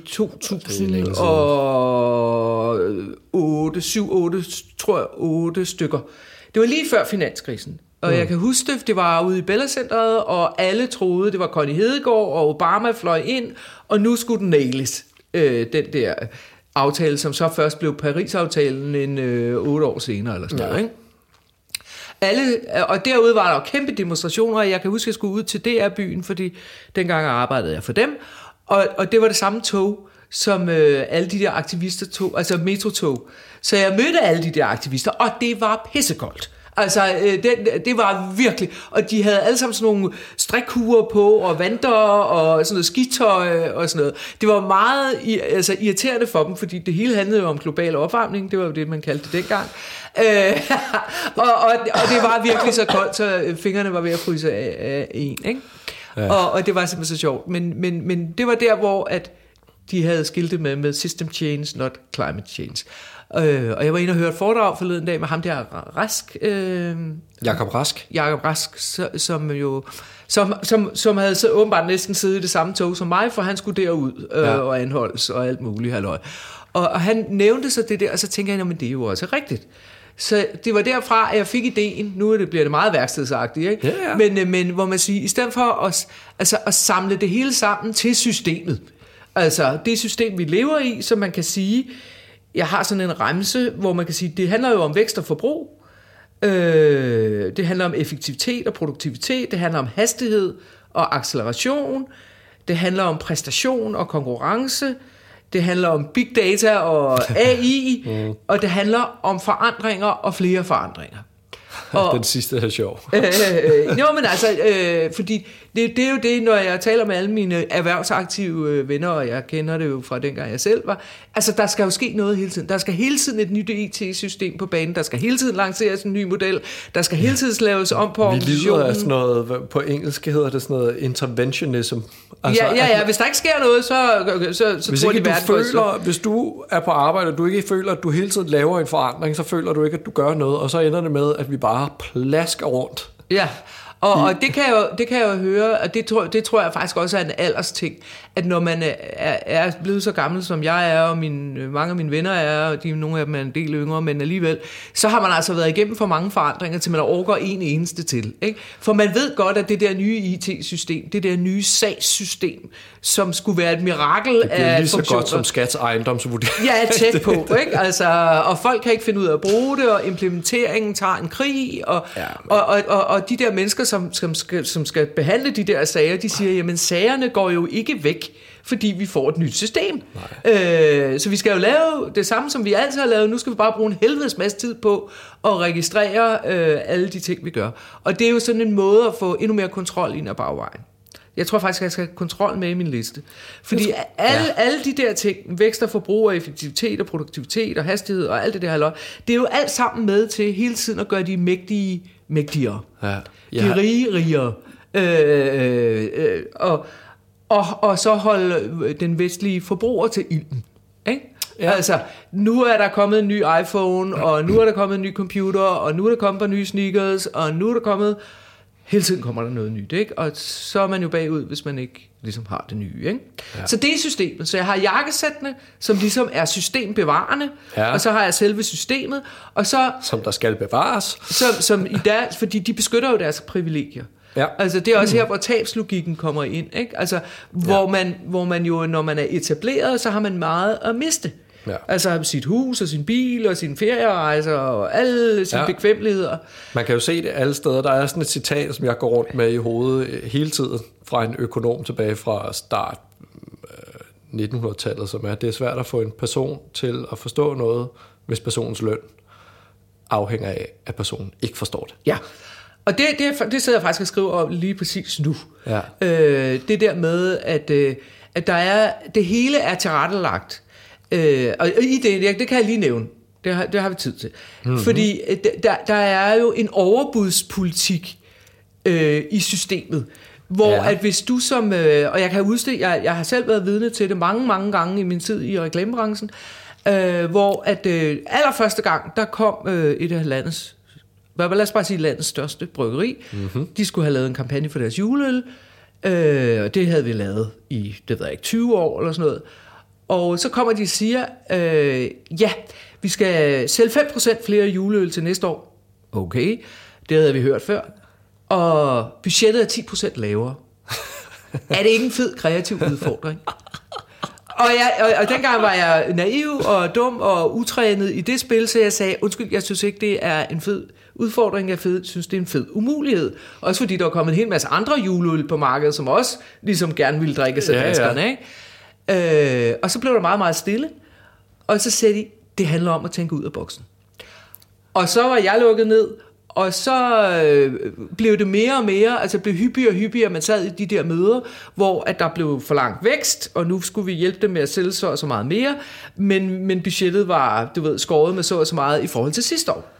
2008, 7-8, tror jeg, 8 stykker. Det var lige før finanskrisen. Og jeg kan huske det var ude i Bella Centeret, og alle troede, det var Connie Hedegaard, og Obama fløj ind, og nu skulle den nailes, den der aftale, som så først blev Paris-aftalen 8 år senere, eller sådan noget, ikke? Og derude var der jo kæmpe demonstrationer, og jeg kan huske, at jeg skulle ud til DR-byen, fordi dengang arbejdede jeg for dem, og det var det samme tog, som alle de der aktivister tog, altså metrotog. Så jeg mødte alle de der aktivister, og det var pissekoldt. Altså, det var virkelig... Og de havde alle sammen sådan nogle strikhuer på, og vanter, og sådan noget skitøj, og sådan noget. Det var meget irriterende for dem, fordi det hele handlede jo om global opvarmning. Det var jo det, man kaldte det dengang. Og det var virkelig så koldt, så fingrene var ved at fryse af en, ikke? Ja. Og det var simpelthen så sjovt. Men det var der, hvor at de havde skiltet med system change, not climate change. Og jeg var inde og hørte et foredrag forleden dag med ham der Rask. Jakob Rask, som havde så åbenbart næsten siddet i det samme tog som mig, for han skulle derud og anholdes og alt muligt halløj. Og han nævnte så det der, og så tænker jeg, men det er jo også rigtigt. Så det var derfra, at jeg fik ideen. Nu bliver det meget værkstedsagtigt, ikke? Ja. Men hvor man siger, i stedet for at samle det hele sammen til systemet, altså det system, vi lever i, som man kan sige, jeg har sådan en remse, hvor man kan sige, det handler jo om vækst og forbrug, det handler om effektivitet og produktivitet, det handler om hastighed og acceleration, det handler om præstation og konkurrence, det handler om big data og AI, og det handler om forandringer og flere forandringer. Og, den sidste er sjov. Jo, men altså, fordi det er jo det, når jeg taler med alle mine erhvervsaktive venner, og jeg kender det jo fra dengang jeg selv var, altså der skal jo ske noget hele tiden. Der skal hele tiden et nyt IT-system på banen, der skal hele tiden lanceres en ny model, der skal hele tiden laves om på organisationen. Vi lider af sådan noget, på engelsk hedder det sådan noget interventionism. Altså, ja, hvis der ikke sker noget, så tror de verden. Hvis du er på arbejde, og du ikke føler, at du hele tiden laver en forandring, så føler du ikke, at du gør noget, og så ender det med, at vi bare plasker rundt. Ja, og det kan jeg jo høre, og det tror jeg faktisk også er en aldersting, at når man er blevet så gammel, som jeg er, og mange af mine venner er, og nogle af dem er en del yngre, men alligevel, så har man altså været igennem for mange forandringer, til man overgår en eneste til. Ikke? For man ved godt, at det der nye IT-system, det der nye sagssystem, som skulle være et mirakel af funktioner. Det er lige så godt som Skats ejendomsvurdering. Ja, tæt på. Ikke? Altså, og folk kan ikke finde ud af at bruge det, og implementeringen tager en krig, og de der mennesker, som skal behandle de der sager, de siger, jamen sagerne går jo ikke væk, fordi vi får et nyt system. Så vi skal jo lave det samme, som vi altid har lavet. Nu skal vi bare bruge en helvedes masse tid på at registrere alle de ting, vi gør. Og det er jo sådan en måde at få endnu mere kontrol ind ad bagvejen. Jeg tror faktisk, at jeg skal have kontrol med i min liste. Fordi alle de der ting, vækst og forbrug og effektivitet og produktivitet og hastighed og alt det der halløj, det er jo alt sammen med til hele tiden at gøre de mægtige mægtigere. Ja. De rige rigere. Og så holde den vestlige forbruger til ilden. Ikke? Ja. Altså, nu er der kommet en ny iPhone, og nu er der kommet en ny computer, og nu er der kommet nye sneakers, og nu er der kommet... Hele tiden kommer der noget nyt, ikke? Og så er man jo bagud, hvis man ikke ligesom har det nye, ikke? Ja. Så det er systemet. Så jeg har jakkesættene, som ligesom er systembevarende, og så har jeg selve systemet, og så... Som der skal bevares. Som i deres, fordi de beskytter jo deres privilegier. Ja. Altså det er også her, hvor tabslogikken kommer ind, ikke? Altså, hvor man jo, når man er etableret, så har man meget at miste. Ja. Altså sit hus og sin bil og sin ferierejser og alle sine bekvemmeligheder. Man kan jo se det alle steder. Der er sådan et citat, som jeg går rundt med i hovedet hele tiden, fra en økonom tilbage fra start 1900-tallet, som er, det er svært at få en person til at forstå noget, hvis personens løn afhænger af, at personen ikke forstår det. Ja. Og det sidder jeg faktisk og skriver om lige præcis nu. Ja. Det der med, at der er, det hele er tilrettelagt. Og i det kan jeg lige nævne. Det har vi tid til. Mm-hmm. Fordi der er jo en overbudspolitik i systemet, hvor at hvis du som... og jeg kan udstikke, jeg har selv været vidne til det mange gange i min tid i reklamebranchen, hvor at allerførste gang, der kom et af landets... lad os bare sige landets største bryggeri. Mm-hmm. De skulle have lavet en kampagne for deres juleøl, og det havde vi lavet i, det ved jeg ikke, 20 år eller sådan noget. Og så kommer de og siger, vi skal sælge 5% flere juleøl til næste år. Okay, det havde vi hørt før. Og budgettet er 10% lavere. Er det ikke en fed kreativ udfordring? Og dengang var jeg naiv og dum og utrænet i det spil, så jeg sagde, undskyld, jeg synes ikke, det er en fed udfordring. Jeg synes, det er en fed umulighed. Også fordi der var kommet en hel masse andre juleøl på markedet, som også ligesom gerne ville drikke sig danskerne, ikke? Og så blev der meget, meget stille. Og så sagde de, det handler om at tænke ud af boksen. Og så var jeg lukket ned, og så blev det mere og mere, altså blev hyppigere og hyppigere, man sad i de der møder, hvor at der blev for langt vækst, og nu skulle vi hjælpe dem med at sælge så meget mere, men budgettet var, skåret med så meget i forhold til sidste år.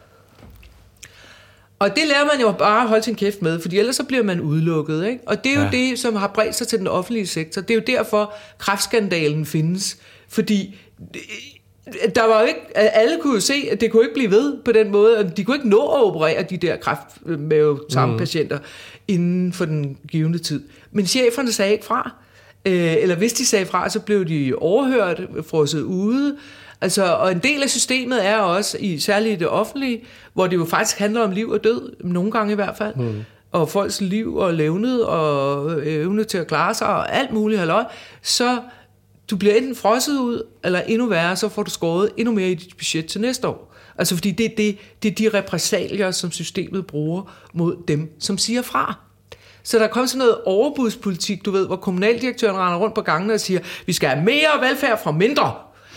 Og det lærer man jo bare at holde sin kæft med, fordi ellers så bliver man udelukket, ikke? Og det er jo det, som har bredt sig til den offentlige sektor. Det er jo derfor, kræftskandalen findes, fordi der var jo ikke, alle kunne jo se, at det kunne ikke blive ved på den måde, de kunne ikke nå at operere de der kræftmavepatienter inden for den givne tid. Men cheferne sagde ikke fra, eller hvis de sagde fra, så blev de overhørt, frosset ude. Altså, og en del af systemet er også, særligt i det offentlige, hvor det jo faktisk handler om liv og død, nogle gange i hvert fald, og folks liv og levned og evne til at klare sig og alt muligt halløj, så du bliver enten frosset ud, eller endnu værre, så får du skåret endnu mere i dit budget til næste år. Altså fordi det er de repressalier, som systemet bruger mod dem, som siger fra. Så der kommer sådan noget overbudspolitik, du ved, hvor kommunaldirektøren render rundt på gangene og siger, vi skal have mere velfærd fra mindre.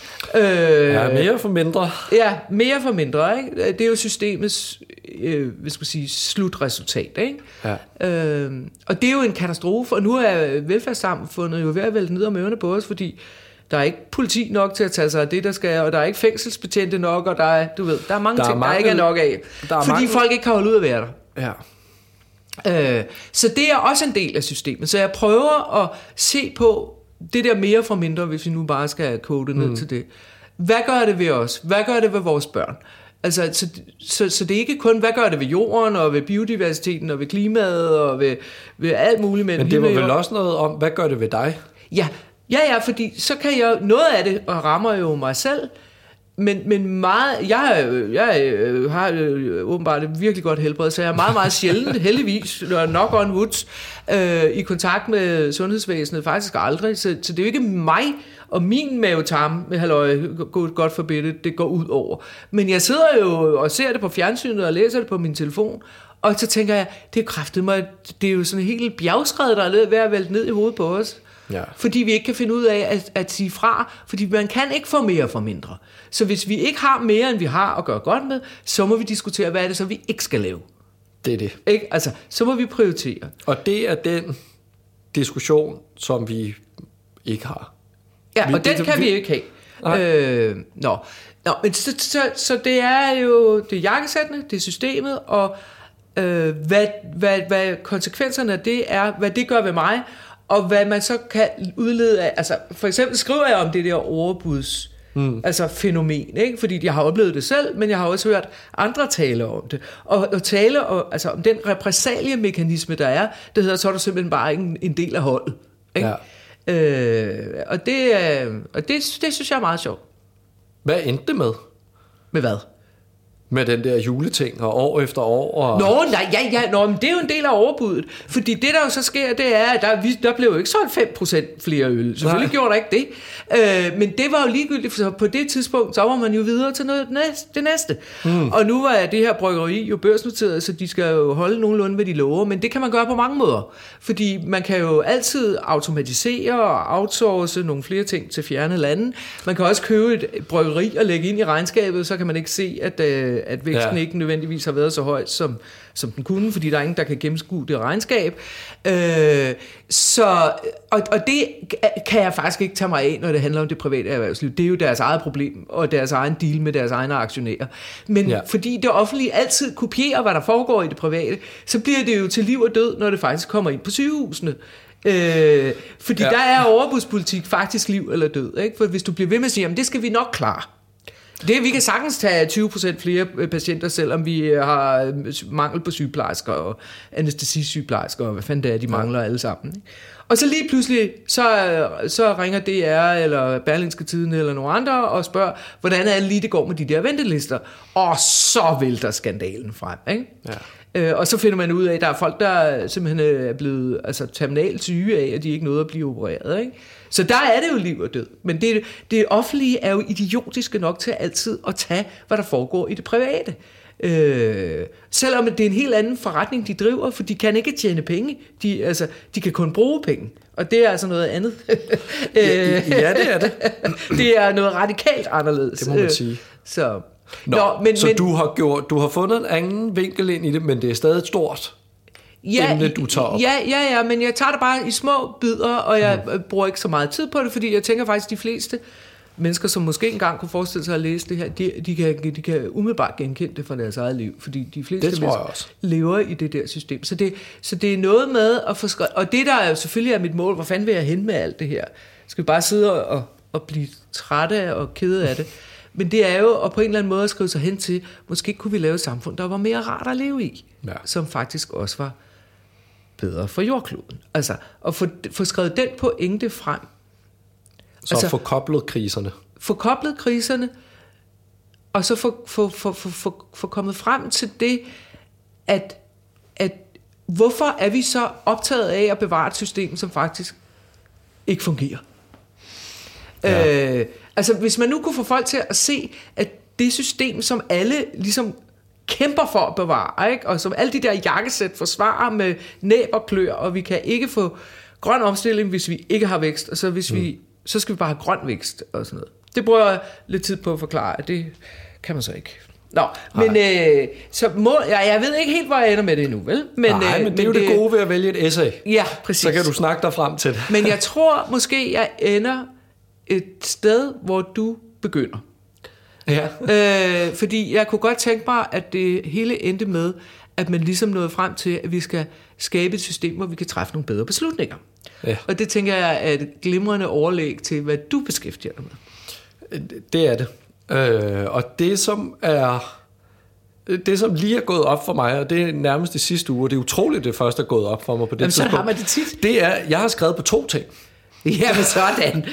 Mere for mindre. Ja, mere for mindre, ikke? Det er jo systemets slutresultat, ikke? Ja. Og det er jo en katastrofe, og nu er velfærdssamfundet jo ved at vælte ned om ørerne på os, fordi der er ikke politi nok til at tage sig af det, der skal, og der er ikke fængselsbetjente nok, og der er, der er mange ting, der ikke er nok af, fordi folk ikke kan holde ud at være der. Ja. Så det er også en del af systemet. Så jeg prøver at se på det der mere for mindre, hvis vi nu bare skal kode det ned til det. Hvad gør det ved os? Hvad gør det ved vores børn? Altså, så det er ikke kun, hvad gør det ved jorden, og ved biodiversiteten, og ved klimaet, og ved alt muligt. Men det var vel også noget om, hvad gør det ved dig? Ja, fordi så kan jeg, noget af det, og rammer jo mig selv, men meget, jeg har åbenbart et virkelig godt helbred, så jeg er meget, meget sjældent, heldigvis, knock on woods, i kontakt med sundhedsvæsenet, faktisk aldrig, så det er jo ikke mig og min mavetarm, halløj, godt forbedt, det går ud over. Men jeg sidder jo og ser det på fjernsynet og læser det på min telefon, og så tænker jeg, det er kræftet mig, det er jo sådan en helt bjergskred, der er ved at vælte ned i hovedet på os. Ja. Fordi vi ikke kan finde ud af at sige fra, fordi man kan ikke få mere for mindre. Så hvis vi ikke har mere, end vi har at gøre godt med, så må vi diskutere, hvad er det så, vi ikke skal lave. Det er det. Ikke? Altså, så må vi prioritere. Og det er den diskussion, som vi ikke har. Ja, og den kan vi ikke have. Men så det er jo det jakkesættende, det er systemet, og hvad konsekvenserne af det er, hvad det gør ved mig, og hvad man så kan udlede af. Altså, for eksempel skriver jeg om det der overbuds altså fænomen, ikke? Fordi jeg har oplevet det selv, men jeg har også hørt andre tale om det. Og tale altså, om den repressaliemekanisme, der er, det hedder, så er du simpelthen bare ikke en del af holdet. Ikke? Ja. Og det synes jeg er meget sjovt. Hvad endte det med? Med hvad? Med den der juleting, og år efter år. Og... men det er jo en del af overbuddet. Fordi det, der jo så sker, det er, at der blev jo ikke solgt 5% flere øl. Selvfølgelig gjorde der ikke det. Men det var jo ligegyldigt, for på det tidspunkt, så var man jo videre til det næste. Og nu var det her bryggeri jo børsnoteret, så de skal jo holde nogenlunde, hvad de lover. Men det kan man gøre på mange måder. Fordi man kan jo altid automatisere og outsource nogle flere ting til fjerne lande. Man kan også købe et bryggeri og lægge ind i regnskabet, så kan man ikke se, at væksten ikke nødvendigvis har været så høj, som den kunne, fordi der er ingen, der kan gennemskue det regnskab. Og det kan jeg faktisk ikke tage mig af, når det handler om det private erhvervsliv. Det er jo deres eget problem, og deres egen deal med deres egne aktionærer. Men fordi det offentlige altid kopierer, hvad der foregår i det private, så bliver det jo til liv og død, når det faktisk kommer ind på sygehusene. Fordi der er overbudspolitik faktisk liv eller død. Ikke? For hvis du bliver ved med at sige, jamen det skal vi nok klare. Vi kan sagtens tage 20% flere patienter, selvom vi har mangel på sygeplejersker og anæstesisygeplejersker, og hvad fanden det er, de mangler alle sammen. Ikke? Og så lige pludselig, så ringer DR eller Berlingske Tidende eller nogle andre og spørger, hvordan er det lige, det går med de der ventelister? Og så vælter skandalen frem. Ikke? Ja. Og så finder man ud af, at der er folk, der simpelthen er blevet terminalt syge af, at de ikke nåede at blive opereret. Ikke? Så der er det jo liv og død. Men det offentlige er jo idiotiske nok til altid at tage, hvad der foregår i det private. Selvom det er en helt anden forretning, de driver, for de kan ikke tjene penge. De kan kun bruge penge. Og det er altså noget andet. Ja, det er det. Det er noget radikalt anderledes. Det må man sige. Så du har fundet en anden vinkel ind i det, men det er stadig et stort emne, du tager op. Ja, men jeg tager det bare i små bidder, og jeg bruger ikke så meget tid på det, fordi jeg tænker faktisk, de fleste mennesker, som måske engang kunne forestille sig at læse det her, de kan umiddelbart genkende det fra deres eget liv, fordi de fleste mennesker lever i det der system. Så det er noget med at få skrevet, og det der selvfølgelig er mit mål, hvor fanden vil jeg hen med alt det her? Skal vi bare sidde og blive trætte af og kede af det? Men det er jo at på en eller anden måde at skrive sig hen til, måske kunne vi lave et samfund, der var mere rart at leve i, som faktisk også var bedre for jordkloden. Altså at få skrevet den pointe frem. Så få koblet kriserne. Få koblet kriserne, og så få kommet frem til det, at hvorfor er vi så optaget af at bevare et system, som faktisk ikke fungerer? Ja. Altså hvis man nu kunne få folk til at se, at det system, som alle ligesom kæmper for at bevare, ikke? Og som alle de der jakkesæt forsvarer med næb og klør, og vi kan ikke få grøn omstilling, hvis vi ikke har vækst, og så så skal vi bare have grøn vækst og sådan noget. Det bruger jeg lidt tid på at forklare, det kan man så ikke. Nå, men jeg ved ikke helt, hvor jeg ender med det endnu, vel? Men det er jo det gode ved at vælge et essay. Ja, præcis. Så kan du snakke dig frem til det. Men jeg tror måske, jeg ender et sted, hvor du begynder. Ja. Fordi jeg kunne godt tænke mig, at det hele endte med, at man ligesom nåede frem til, at vi skal skabe et system, hvor vi kan træffe nogle bedre beslutninger. Ja. Og det tænker jeg er et glimrende overlæg til, hvad du beskæftiger dig med. Det er det. Og det som lige er gået op for mig, og det er nærmest det sidste uge, og det er utroligt, det første er gået op for mig på det tidspunkt. Så har man det tit. Det er, jeg har skrevet på 2 ting. Jamen sådan.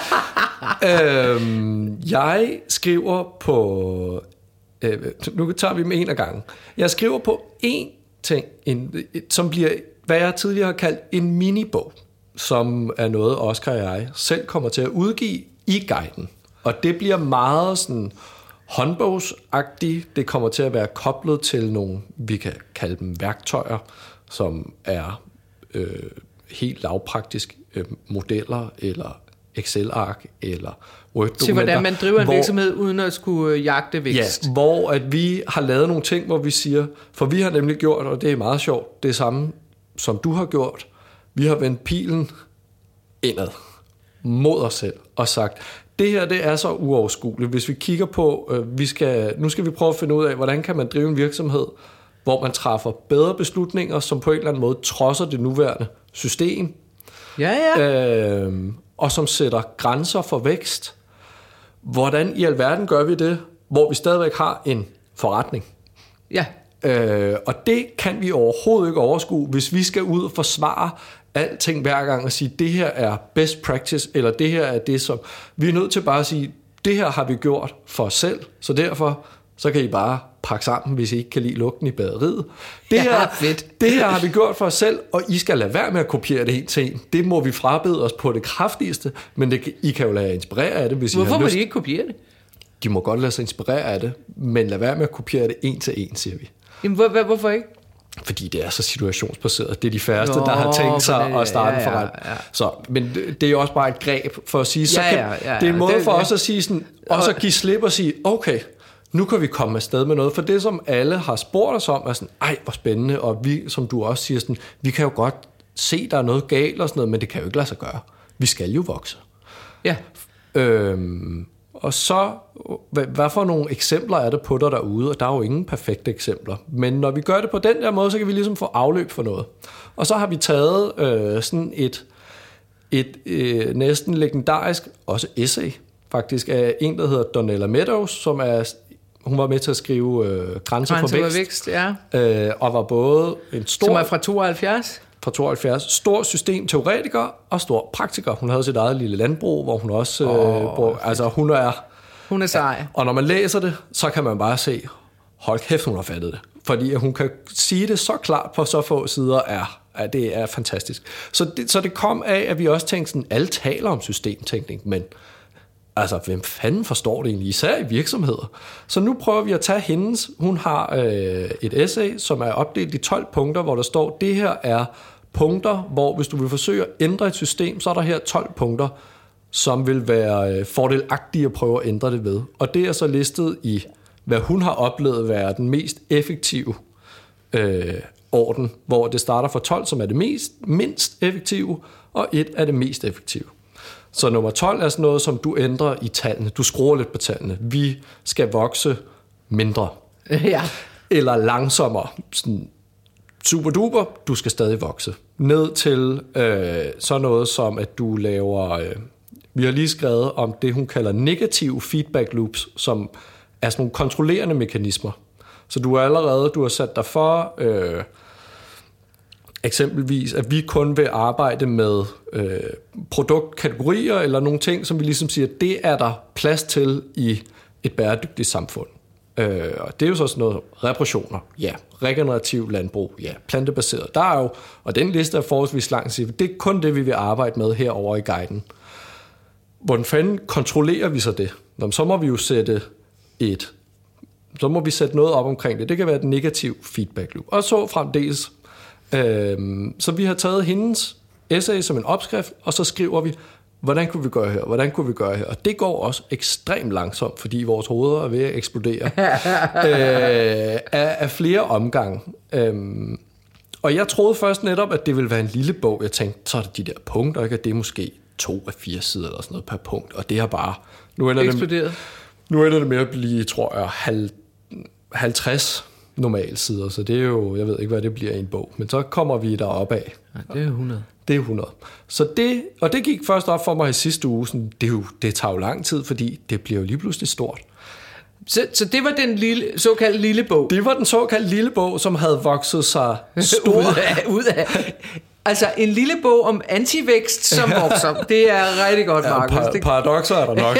Jeg skriver på... nu tager vi dem en af gangen. Jeg skriver på én ting, som bliver, hvad jeg tidligere har kaldt en minibog, som er noget, Oscar og jeg selv kommer til at udgive i guiden. Og det bliver meget sådan håndbogsagtigt. Det kommer til at være koblet til nogle, vi kan kalde dem værktøjer, som er helt lavpraktisk modeller, eller Excel-ark, eller Word-dokumenter. Til hvordan man driver en virksomhed, uden at skulle jagte vækst. Ja, hvor at vi har lavet nogle ting, hvor vi siger, for vi har nemlig gjort, og det er meget sjovt, det samme, som du har gjort. Vi har vendt pilen indad mod os selv og sagt, det her det er så uoverskueligt. Hvis vi kigger på, nu skal vi prøve at finde ud af, hvordan kan man drive en virksomhed, hvor man træffer bedre beslutninger, som på en eller anden måde trodser det nuværende system. Ja. Og som sætter grænser for vækst. Hvordan i alverden gør vi det, hvor vi stadigvæk har en forretning? Ja. Og det kan vi overhovedet ikke overskue, hvis vi skal ud og forsvare alting hver gang og sige, det her er best practice, eller det her er det, som... Vi er nødt til bare at sige, det her har vi gjort for os selv, så derfor så kan I bare pakke sammen, hvis I ikke kan lide lugten i baderiet. Det her har vi gjort for os selv, og I skal lade være med at kopiere det helt til en. Det må vi frabede os på det kraftigste, men I kan jo lade jer inspirere af det, hvis I har lyst. Hvorfor må de ikke kopiere det? De må godt lade sig inspirere af det, men lad være med at kopiere det en til en, siger vi. Jamen, hvorfor ikke? Fordi det er så situationsbaseret. Det er de færreste, der har tænkt sig at starte en forretning. Ja. Så, men det er jo også bare et greb for at sige, det er en måde for os at sige sådan, også at give slip og sige, okay, nu kan vi komme afsted med noget. For det, som alle har spurgt os om, er sådan, ej, hvor spændende, og vi, som du også siger, sådan, vi kan jo godt se, der er noget galt og sådan noget, men det kan jo ikke lade sig gøre. Vi skal jo vokse. Ja. Og så, hvad for nogle eksempler er der på dig derude? Og der er jo ingen perfekte eksempler. Men når vi gør det på den der måde, så kan vi ligesom få afløb for noget. Og så har vi taget sådan et næsten legendarisk, også essay, faktisk, af en, der hedder Donella Meadows, som hun var med til at skrive Grænser for vækst. Ja. Og var både en stor... Som er fra 72? Fra 72. Stor systemteoretiker og stor praktiker. Hun havde sit eget lille landbrug, hvor hun også... Hun er sej. Og når man læser det, så kan man bare se, hold kæft, hun har fattet det. Fordi hun kan sige det så klart på så få sider, at det er fantastisk. Så det kom af, at vi også tænkte sådan, alle taler om systemtænkning, men altså, hvem fanden forstår det egentlig, især i virksomheder? Så nu prøver vi at tage hendes. Hun har et essay, som er opdelt i 12 punkter, hvor der står, det her er punkter, hvor hvis du vil forsøge at ændre et system, så er der her 12 punkter, som vil være fordelagtige at prøve at ændre det ved. Og det er så listet i, hvad hun har oplevet være den mest effektive orden, hvor det starter fra 12, som er det mindst effektive, og 1 er det mest effektive. Så nummer 12 er sådan noget, som du ændrer i tallene. Du skruer lidt på tallene. Vi skal vokse mindre. Ja. Eller langsommere. Sådan super duper, du skal stadig vokse. Ned til sådan noget som, at du laver... vi har lige skrevet om det, hun kalder negative feedback loops, som er sådan nogle kontrollerende mekanismer. Så du har sat dig for... eksempelvis, at vi kun vil arbejde med produktkategorier eller nogle ting, som vi ligesom siger, det er der plads til i et bæredygtigt samfund. Og det er jo så sådan noget reparationer, ja, regenerativ landbrug, ja, plantebaseret. Der er jo, og den liste er forholdsvis lang, så det er kun det, vi vil arbejde med herovre i guiden. Hvordan fanden kontrollerer vi så det? Så må vi jo sætte noget op omkring det. Det kan være et negativ feedback loop. Og så fremdeles. Så vi har taget hendes essay som en opskrift, og så skriver vi, hvordan kunne vi gøre her, hvordan kunne vi gøre her. Og det går også ekstremt langsomt, fordi vores hoveder er ved at eksplodere af flere omgange. Og jeg troede først netop, at det ville være en lille bog. Jeg tænkte, så er det de der punkter, ikke? At det er måske 2 af 4 sider eller sådan noget per punkt. Og det har bare... Nu ender det med at blive, tror jeg, 50 normale sider, så det er jo, jeg ved ikke, hvad det bliver i en bog, men så kommer vi deroppe af. Ja, det er 100. Det er 100. Så det gik først op for mig i sidste uge, sådan, det tager jo lang tid, fordi det bliver jo lige pludselig stort. Så det var den såkaldte lille bog? Det var den såkaldte lille bog, som havde vokset sig stor. ud af. Altså en lille bog om antivækst som vokser. Det er rigtig godt, Markus. Paradoxer er der nok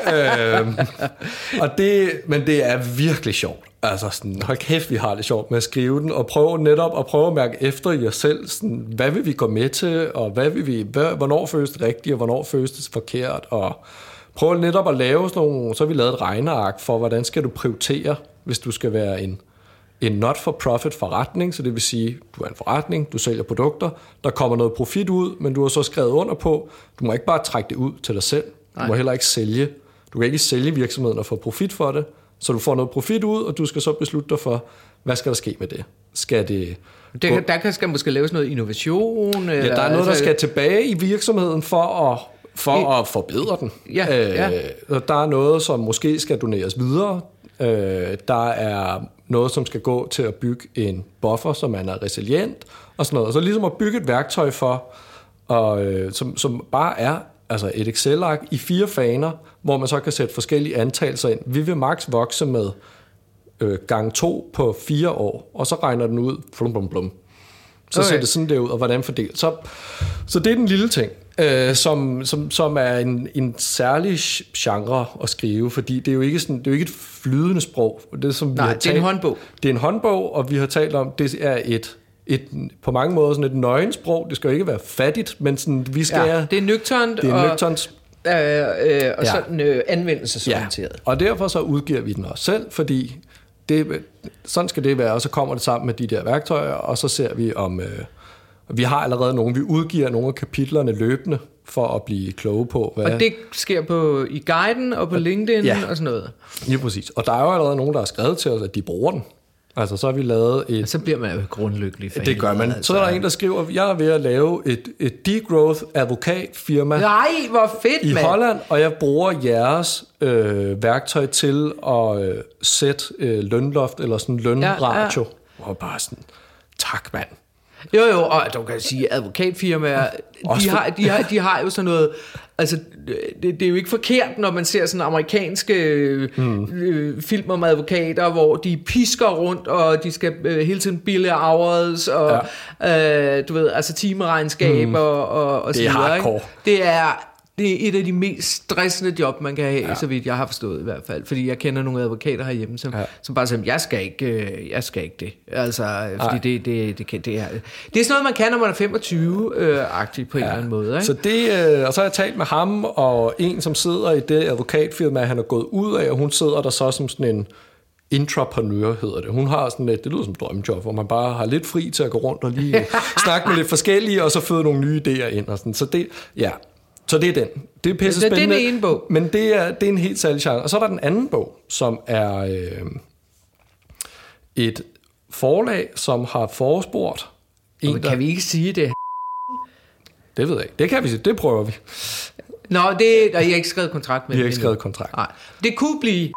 af. Men det er virkelig sjovt. Altså sådan, hold kæft, vi har det sjovt med at skrive den, og prøve at mærke efter i os selv, sådan, hvad vil vi gå med til, og hvornår føles det rigtigt, og hvornår føles det forkert, og prøve netop at lave sådan nogle, så har vi lavet et regneark for, hvordan skal du prioritere, hvis du skal være en not-for-profit forretning, så det vil sige, du er en forretning, du sælger produkter, der kommer noget profit ud, men du har så skrevet under på, du må ikke bare trække det ud til dig selv, du må heller ikke sælge, du kan ikke sælge virksomheden og få profit for det, så du får noget profit ud, og du skal så beslutte dig for, hvad skal der ske med det? Der skal måske laves noget innovation? Ja, der er noget, der skal tilbage i virksomheden for at forbedre den. Ja. Der er noget, som måske skal doneres videre. Der er noget, som skal gå til at bygge en buffer, som er resilient, og sådan noget. Så ligesom at bygge et værktøj for, som bare er altså et Excel-ark i 4 faner, hvor man så kan sætte forskellige antagelser ind. Vi vil maks vokse med gang 2 på 4 år, og så regner den ud, så ser det sådan der ud, og hvordan fordelt. Så det er den lille ting, som er en særlig genre at skrive, fordi det er jo ikke sådan, det er jo ikke et flydende sprog. Det, som Nej, det er en håndbog. Det er en håndbog, og vi har talt om, det er et på mange måder sådan et nøgensprog. Det skal jo ikke være fattigt, men sådan, vi skal... Ja, det er nøgternt. Og sådan anvendelsesorienteret. Ja, og derfor så udgiver vi den også selv, fordi sådan skal det være, og så kommer det sammen med de der værktøjer, og så ser vi om... vi har allerede vi udgiver nogle af kapitlerne løbende, for at blive kloge på, hvad... Og det sker i guiden og på LinkedIn og sådan noget. Ja, præcis. Og der er jo allerede nogen, der har skrevet til os, at de bruger den. Altså, så har vi lavet et... Så bliver man jo grundlykkelig. Det gør man. Så er der en, der skriver, at jeg er ved at lave et degrowth advokatfirma. Nej, hvor fedt, i Holland, og jeg bruger jeres værktøj til at sætte lønloft eller sådan lønratio. Og bare sådan, tak mand. Jo, og du kan sige, advokatfirmaer, de har jo sådan noget, altså det er jo ikke forkert, når man ser sådan amerikanske film om advokater, hvor de pisker rundt, og de skal hele tiden bille hours, og du ved, altså timeregnskab og det er hardcore. Det er Det er et af de mest stressende job, man kan have, så vidt jeg har forstået i hvert fald. Fordi jeg kender nogle advokater herhjemme, som bare siger, jeg skal ikke det. Altså, fordi det er sådan noget, man kan, når man er 25-agtig på en eller anden måde. Ikke? Så det, og så har jeg talt med ham, og en, som sidder i det advokatfirma, han er gået ud af, og hun sidder der så som sådan en intraprenør, hedder det. Hun har sådan det lyder som et drømmejob, hvor man bare har lidt fri til at gå rundt og lige snakke med lidt forskellige, og så føde nogle nye idéer ind. Og sådan. Så det, så det er den. Det er pisse spændende. Det er den ene bog. Men det er en helt særlig genre. Og så er der den anden bog, som er et forlag, som har forespurgt en, kan vi ikke sige det? Det ved jeg ikke. Det kan vi sige. Det prøver vi. Nå, jeg har ikke skrevet kontrakt med det. Vi har ikke skrevet kontrakt. Nej. Det kunne blive.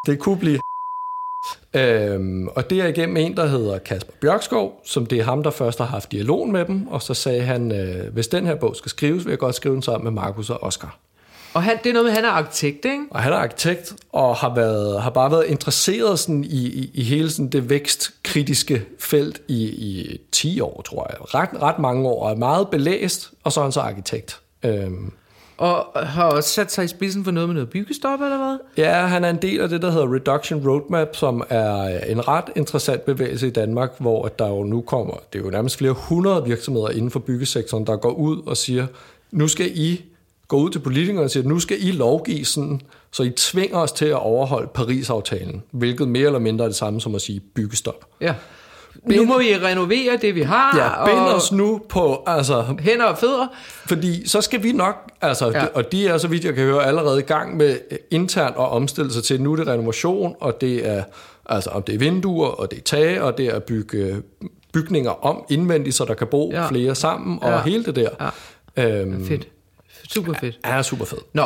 Og det er igennem en, der hedder Kasper Bjørkskov, som det er ham, der først har haft dialog med dem, og så sagde han, hvis den her bog skal skrives, vil jeg godt skrive den sammen med Markus og Oscar. Og det er noget med, han er arkitekt, ikke? Og han er arkitekt, og har bare været interesseret sådan i hele sådan det vækstkritiske felt i 10 år, tror jeg. Ret mange år, og er meget belæst, og så er han så arkitekt. Og har også sat sig i spidsen for noget med noget byggestop, eller hvad? Ja, han er en del af det, der hedder Reduction Roadmap, som er en ret interessant bevægelse i Danmark, hvor der jo nu kommer, det er jo nærmest flere 100 virksomheder inden for byggesektoren, der går ud og siger, nu skal I gå ud til politikerne og siger, nu skal I lovgive sådan, så I tvinger os til at overholde Paris-aftalen, hvilket mere eller mindre er det samme som at sige byggestop. Ja. Nu må vi renovere det, vi har. Ja, bind os nu på hænder og fødder. Fordi så skal vi nok, og de er, så vidt jeg kan høre, allerede i gang med internt at omstille sig til, nu er det renovation, og det er, om det er vinduer, og det er tage, og det er at bygge bygninger om indvendigt, så der kan bo flere sammen, og hele det der. Ja. Fedt. Super fedt. Ja, super fedt. Nå,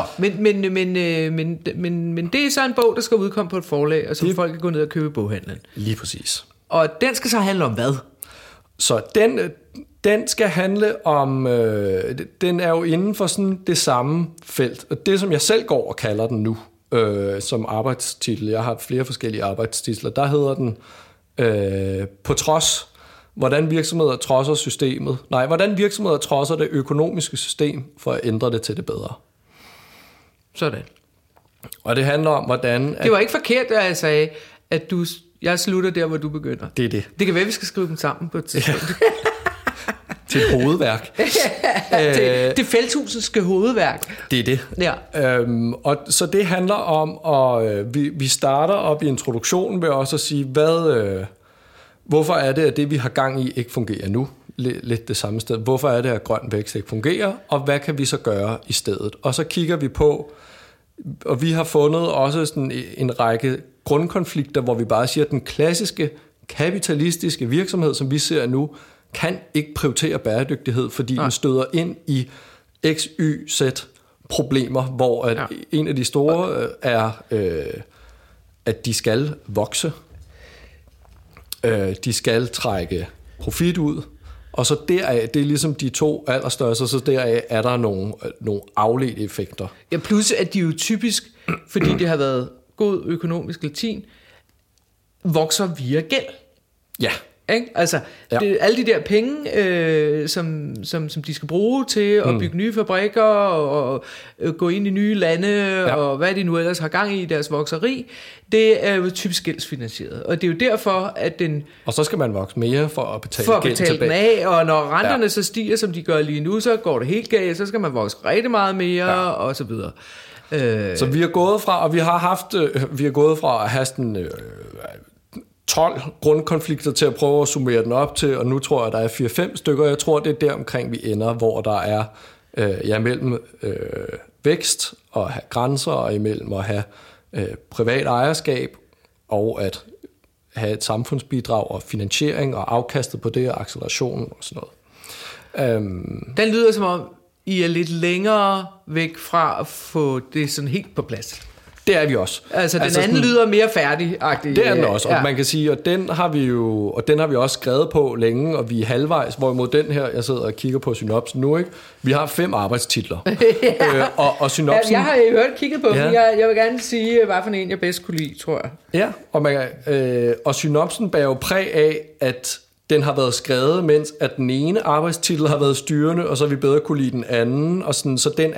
men det er så en bog, der skal udkomme på et forlag, og så folk kan gå ned og købe i boghandlen. Lige præcis. Og den skal så handle om hvad? Så den skal handle om, den er jo inden for sådan det samme felt. Og det, som jeg selv går og kalder den nu, som arbejdstitel, jeg har flere forskellige arbejdstitler, der hedder den på trods, hvordan virksomheder trodser systemet. Nej, hvordan virksomheder trodser det økonomiske system for at ændre det til det bedre. Sådan. Og det handler om, hvordan... Det var ikke forkert, at jeg sagde, at jeg slutter der, hvor du begynder. Det er det. Det kan være, at vi skal skrive dem sammen på et tidspunkt. Til et hovedværk. Det Feldhusenske hovedværk. Det er det. Ja. Og så det handler om, at vi starter op i introduktionen ved også at sige, hvorfor er det, at det, vi har gang i, ikke fungerer nu? Lidt det samme sted. Hvorfor er det, at grøn vækst ikke fungerer? Og hvad kan vi så gøre i stedet? Og så kigger vi på, og vi har fundet også sådan en række grundkonflikter, hvor vi bare siger, at den klassiske kapitalistiske virksomhed, som vi ser nu, kan ikke prioritere bæredygtighed, fordi den støder ind i X, Y, Z problemer, hvor en af de store er, at de skal vokse. De skal trække profit ud, og så deraf, det er ligesom de to allerstørste, så deraf er der nogle afledte effekter. Ja, plus at de jo typisk, fordi det har været god økonomisk latin, vokser via gæld. Ja. Ikke? Altså, alle de der penge, som de skal bruge til at bygge nye fabrikker og gå ind i nye lande, og hvad de nu ellers har gang i deres vokseri, det er jo typisk gældsfinansieret. Og det er jo derfor, at og så skal man vokse mere for at betale den af, og når renterne så stiger, som de gør lige nu, så går det helt galt, så skal man vokse rigtig meget mere, og så videre. Så vi er gået fra, og vi har gået fra at have sådan 12 grundkonflikter til at prøve at summere den op til, og nu tror jeg, der er 4-5 stykker. Jeg tror, det er der omkring, vi ender, hvor der er mellem vækst og have grænser, og imellem at have privat ejerskab, og at have et samfundsbidrag og finansiering, og afkastet på det, og acceleration og sådan noget. Den lyder som om, I er lidt længere væk fra at få det sådan helt på plads. Det er vi også. Altså den anden lyder mere færdig-agtig. Det er den også, og man kan sige, og den har vi også skrevet på længe, og vi er halvvejs, hvorimod den her, jeg sidder og kigger på synopsen nu, ikke? Vi har 5 arbejdstitler. Og synopsen... Jeg har jo hørt kigget på, fordi jeg vil gerne sige, hvad for en jeg bedst kunne lide, tror jeg. Ja, og synopsen bærer jo præg af, at den har været skrevet, mens at den ene arbejdstitel har været styrende, og så vi bedre kunne lide den anden, og sådan, så den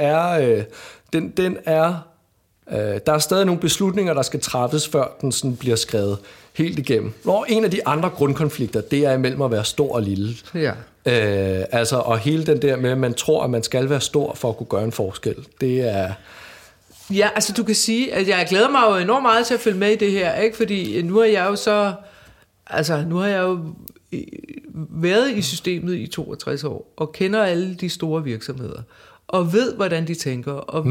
er der er stadig nogle beslutninger, der skal træffes, før den sådan bliver skrevet helt igennem. Hvor en af de andre grundkonflikter, det er imellem at være stor og lille. Ja. Altså, og hele den der med, at man tror, at man skal være stor for at kunne gøre en forskel, det er... Ja, altså du kan sige, at jeg glæder mig jo enormt meget til at følge med i det her, ikke? Fordi nu har jeg jo været i systemet i 62 år, og kender alle de store virksomheder, og ved, hvordan de tænker,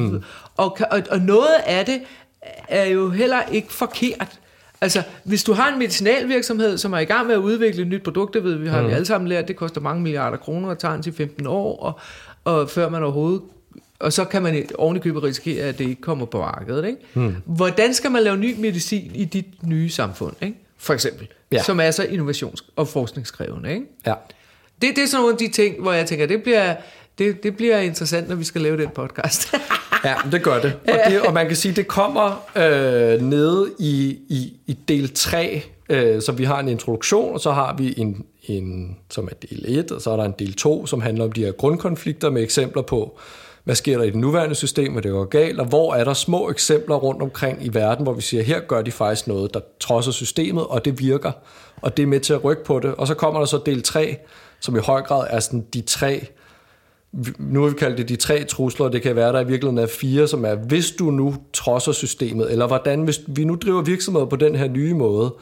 og noget af det er jo heller ikke forkert. Altså, hvis du har en medicinalvirksomhed, som er i gang med at udvikle et nyt produkt, det ved vi, har vi alle sammen lært, det koster mange milliarder kroner, og tager til 15 år, og før man overhovedet, og så kan man ovenikøbet risikere, at det ikke kommer på markedet, ikke? Hvordan skal man lave ny medicin i dit nye samfund, ikke? For eksempel, som er så innovations- og forskningskrævende, ikke? Ja. Det er sådan nogle af de ting, hvor jeg tænker, det bliver interessant, når vi skal lave den podcast. Ja, det gør det. Og man kan sige, det kommer nede i del 3, så vi har en introduktion, og så har vi en som er del 1, og så er der en del 2, som handler om de her grundkonflikter med eksempler på, hvad sker der i det nuværende system, hvor det går galt, og hvor er der små eksempler rundt omkring i verden, hvor vi siger, her gør de faktisk noget, der trodser systemet, og det virker, og det er med til at rykke på det. Og så kommer der så del 3, som i høj grad er sådan de 3, nu har vi kaldt det de 3 trusler, det kan være, der i virkeligheden er 4, som er, hvis du nu trodser systemet, eller hvordan, hvis vi nu driver virksomheder på den her nye måde,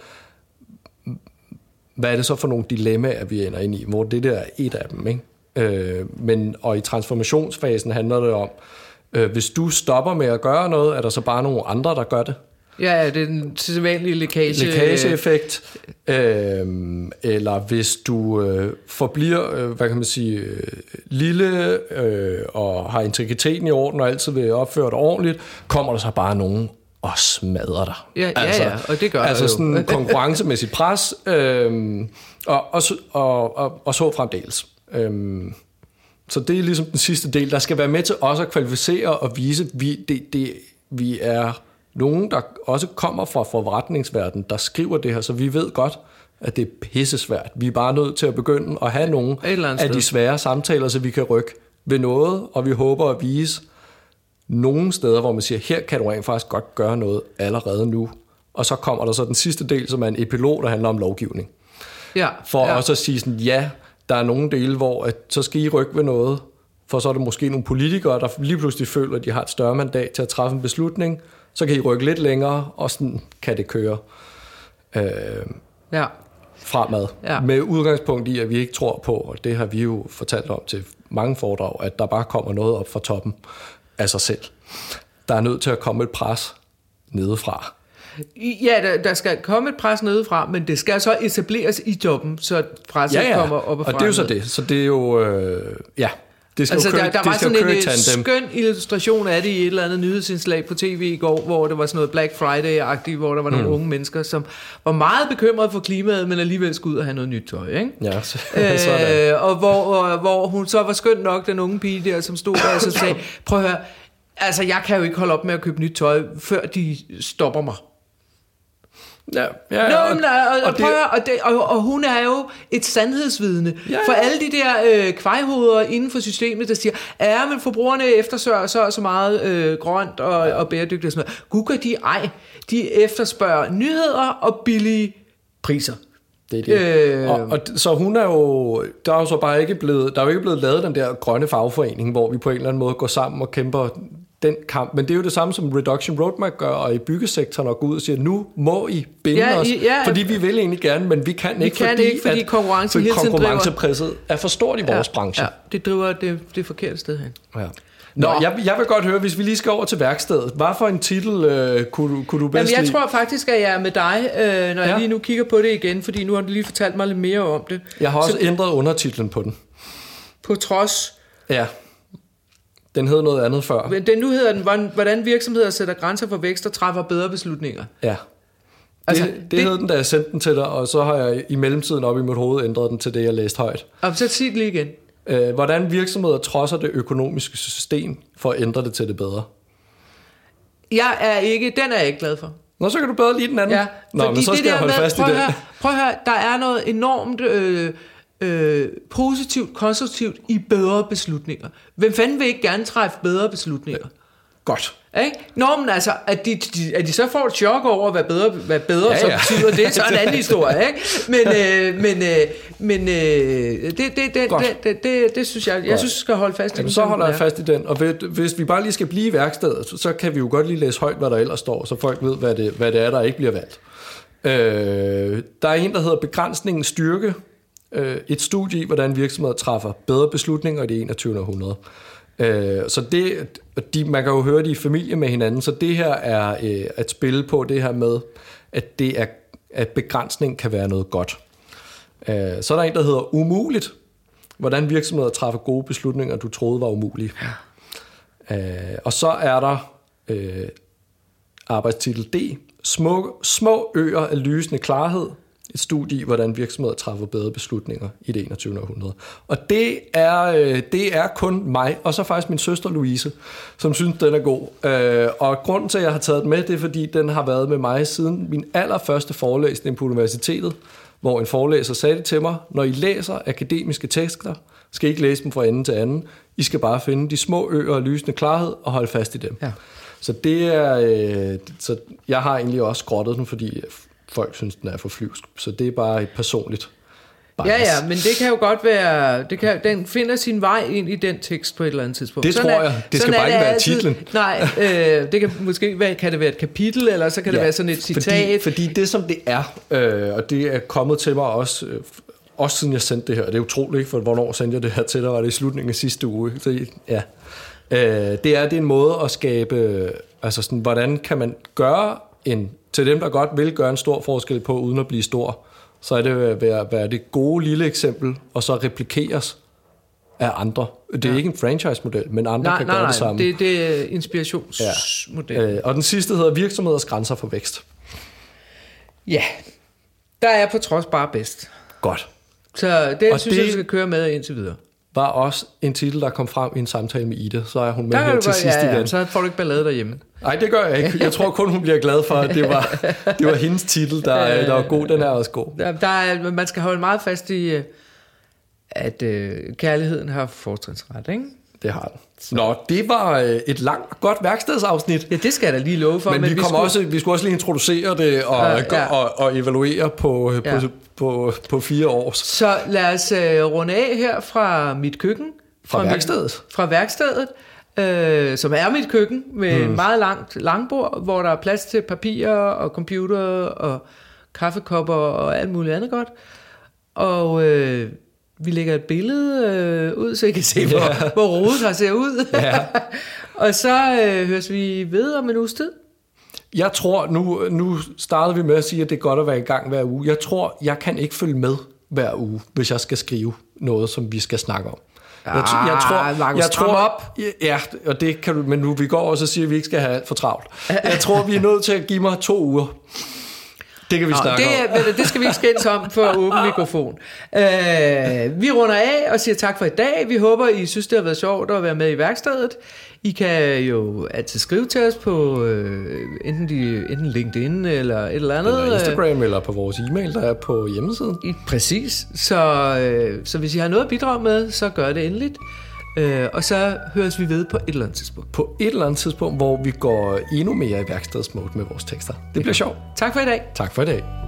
hvad er det så for nogle dilemmaer, vi ender ind i, hvor det der er et af dem, ikke? Og i transformationsfasen handler det om, hvis du stopper med at gøre noget, er der så bare nogle andre, der gør det? Ja, det er den sædvanlige lækageeffekt. Eller hvis du forbliver, hvad kan man sige, lille og har integriteten i orden og altid vil opføre dig ordentligt, kommer der så bare nogen og smadrer dig. Ja, og det gør altså sådan en konkurrencemæssigt pres, og så fremdeles. Så det er ligesom den sidste del, der skal være med til også at kvalificere og vise, vi er nogen, der også kommer fra forretningsverdenen, der skriver det her, så vi ved godt, at det er pissesvært. Vi er bare nødt til at begynde at have nogle af de svære samtaler, så vi kan rykke ved noget, og vi håber at vise nogle steder, hvor man siger, her kan du rent faktisk godt gøre noget allerede nu. Og så kommer der så den sidste del, som er en epilog, der handler om lovgivning. For også at sige sådan, ja, der er nogle dele, hvor at, så skal I rykke ved noget, for så er det måske nogle politikere, der lige pludselig føler, at de har et større mandat til at træffe en beslutning, så kan I rykke lidt længere, og sådan kan det køre fremad. Ja. Med udgangspunkt i, at vi ikke tror på, og det har vi jo fortalt om til mange foredrag, at der bare kommer noget op fra toppen af sig selv. Der er nødt til at komme et pres nedefra. Ja, der skal komme et pres nedefra, men det skal så etableres i toppen, så presset kommer op og frem. Og det er jo så det. Så det er jo... Det skal altså, der var sådan en skøn illustration af det i et eller andet nyhedsindslag på tv i går, hvor det var sådan noget Black Friday-agtigt, hvor der var nogle unge mennesker, som var meget bekymrede for klimaet, men alligevel skulle ud og have noget nyt tøj, ikke? Ja, og hvor hun så var skøn nok, den unge pige der, som stod der og så sagde, prøv at høre, altså jeg kan jo ikke holde op med at købe nyt tøj, før de stopper mig. Og hun er jo et sandhedsvidne for alle de der kvejhoveder inden for systemet, der siger, men forbrugerne eftersørger så meget grønt og bæredygtigt og sådan noget. Google de efterspørger nyheder og billige priser. Det er det. Så hun er jo, der er jo så bare ikke blevet, der er jo ikke blevet lavet den der grønne fagforening, hvor vi på en eller anden måde går sammen og kæmper den kamp, men det er jo det samme som Reduction Roadmap gør, og i byggesektoren og går ud og siger, nu må I binde os, fordi vi vil egentlig gerne, men vi kan ikke, fordi konkurrencepresset er for stort i vores branche. Ja, det driver det forkerte sted hen. Ja. Jeg vil godt høre, hvis vi lige skal over til værkstedet, hvad for en titel kunne du bedst lide? Jeg tror faktisk, at jeg er med dig, når jeg lige nu kigger på det igen, fordi nu har du lige fortalt mig lidt mere om det. Jeg har også ændret undertitlen på den. På trods? Ja. Den hed noget andet før. Nu hedder den, hvordan virksomheder sætter grænser for vækst og træffer bedre beslutninger. Ja. Det hed den, da jeg sendte den til dig, og så har jeg i mellemtiden op i mit hoved ændret den til det, jeg læste højt. Og så sig det lige igen. Hvordan virksomheder trodser det økonomiske system for at ændre det til det bedre. Den er jeg ikke glad for. Nå, så kan du bedre lide den anden. Ja, nå, men så skal jeg holde fast i den. Prøv at høre, der er noget enormt positivt, konstruktivt i bedre beslutninger. Hvem fanden vil ikke gerne træffe bedre beslutninger? Godt. Ikke? Nå, men altså, at de så får et chok over at være bedre, så betyder det, så en anden historie, ikke? Men det synes jeg synes, skal holde fast i den. Så holder jeg fast i den, og hvis vi bare lige skal blive i værkstedet, så kan vi jo godt lige læse højt, hvad der ellers står, så folk ved, hvad det er, der ikke bliver valgt. Der er en, der hedder Begrænsningens styrke, et studie i, hvordan virksomheder træffer bedre beslutninger i det 21. århundrede. Så man kan jo høre, de er i familie med hinanden, så det her er at spille på det her med, at begrænsning kan være noget godt. Så er der en, der hedder umuligt, hvordan virksomheder træffer gode beslutninger, du troede var umulige. Og så er der arbejdstitel D, små øer af lysende klarhed, et studie i, hvordan virksomheder træffer bedre beslutninger i det 21. århundrede. Og det er kun mig, og så faktisk min søster Louise, som synes, den er god. Og grunden til, at jeg har taget den med, det er, fordi den har været med mig siden min allerførste forelæsning på universitetet, hvor en forelæser sagde det til mig, når I læser akademiske tekster, skal I ikke læse dem fra ende til anden. I skal bare finde de små øer og lysende klarhed og holde fast i dem. Ja. Så det er... så jeg har egentlig også skrottet den, fordi folk synes, den er for flyvsk. Så det er bare et personligt bias. Ja, men det kan jo godt være... den finder sin vej ind i den tekst på et eller andet tidspunkt. Det tror jeg. Det skal bare ikke være titlen. Nej, det kan måske være, kan det være et kapitel, eller så kan det være sådan et citat. Fordi det, som det er, og det er kommet til mig også siden jeg sendte det her, det er utroligt, ikke? For hvornår sendte jeg det her til dig? Var det i slutningen af sidste uge? Så, ja. Det er en måde at skabe... Altså sådan, hvordan kan man gøre til dem, der godt vil gøre en stor forskel på, uden at blive stor, så er det at være det gode lille eksempel, og så replikeres af andre. Det er ikke en franchise-model, men andre kan gøre det samme. Det er inspirationsmodel. Ja. Og den sidste hedder virksomheders grænser for vækst. Ja, der er på trods bare bedst. Godt. Så det synes jeg, skal køre med indtil videre. Var også en titel, der kom frem i en samtale med Ida, så er hun med her til sidst igen. Så får du ikke ballade derhjemme. Nej, det gør jeg ikke. Jeg tror kun, hun bliver glad for, at det var hendes titel, der var god. Den er også god. Man skal holde meget fast i, at kærligheden har fortrinsret, ikke? Det har den. Nå, det var et langt og godt værkstedsafsnit. Ja, det skal jeg da lige love for. Men vi skulle også lige introducere det og evaluere på 4 år. Så lad os runde af her fra mit køkken. Fra værkstedet. Fra værkstedet, som er mit køkken, med et meget langt langbord, hvor der er plads til papirer og computer og kaffekopper og alt muligt andet godt. Og vi lægger et billede ud, så I kan se, hvor rodet har ser ud. Ja. Og så høres vi ved om en uges tid. Jeg tror, nu startede vi med at sige, at det er godt at være i gang hver uge. Jeg tror, jeg kan ikke følge med hver uge, hvis jeg skal skrive noget, som vi skal snakke om. Jeg tror op. Ja, og det kan du, men nu vi går også og siger, at vi ikke skal have alt for travlt. Jeg tror, vi er nødt til at give mig 2 uger. Det kan vi snakke om. Det skal vi ikke skændes om for åben mikrofon. Vi runder af og siger tak for i dag. Vi håber, I synes, det har været sjovt at være med i værkstedet. I kan jo altid skrive til os på enten LinkedIn eller et eller andet. Eller Instagram, eller på vores e-mail, der er på hjemmesiden. Præcis. Så hvis I har noget at bidrage med, så gør det endeligt. Og så høres vi ved på et eller andet tidspunkt. På et eller andet tidspunkt, hvor vi går endnu mere i værkstedsmode med vores tekster. Det bliver sjovt. Tak for i dag. Tak for i dag.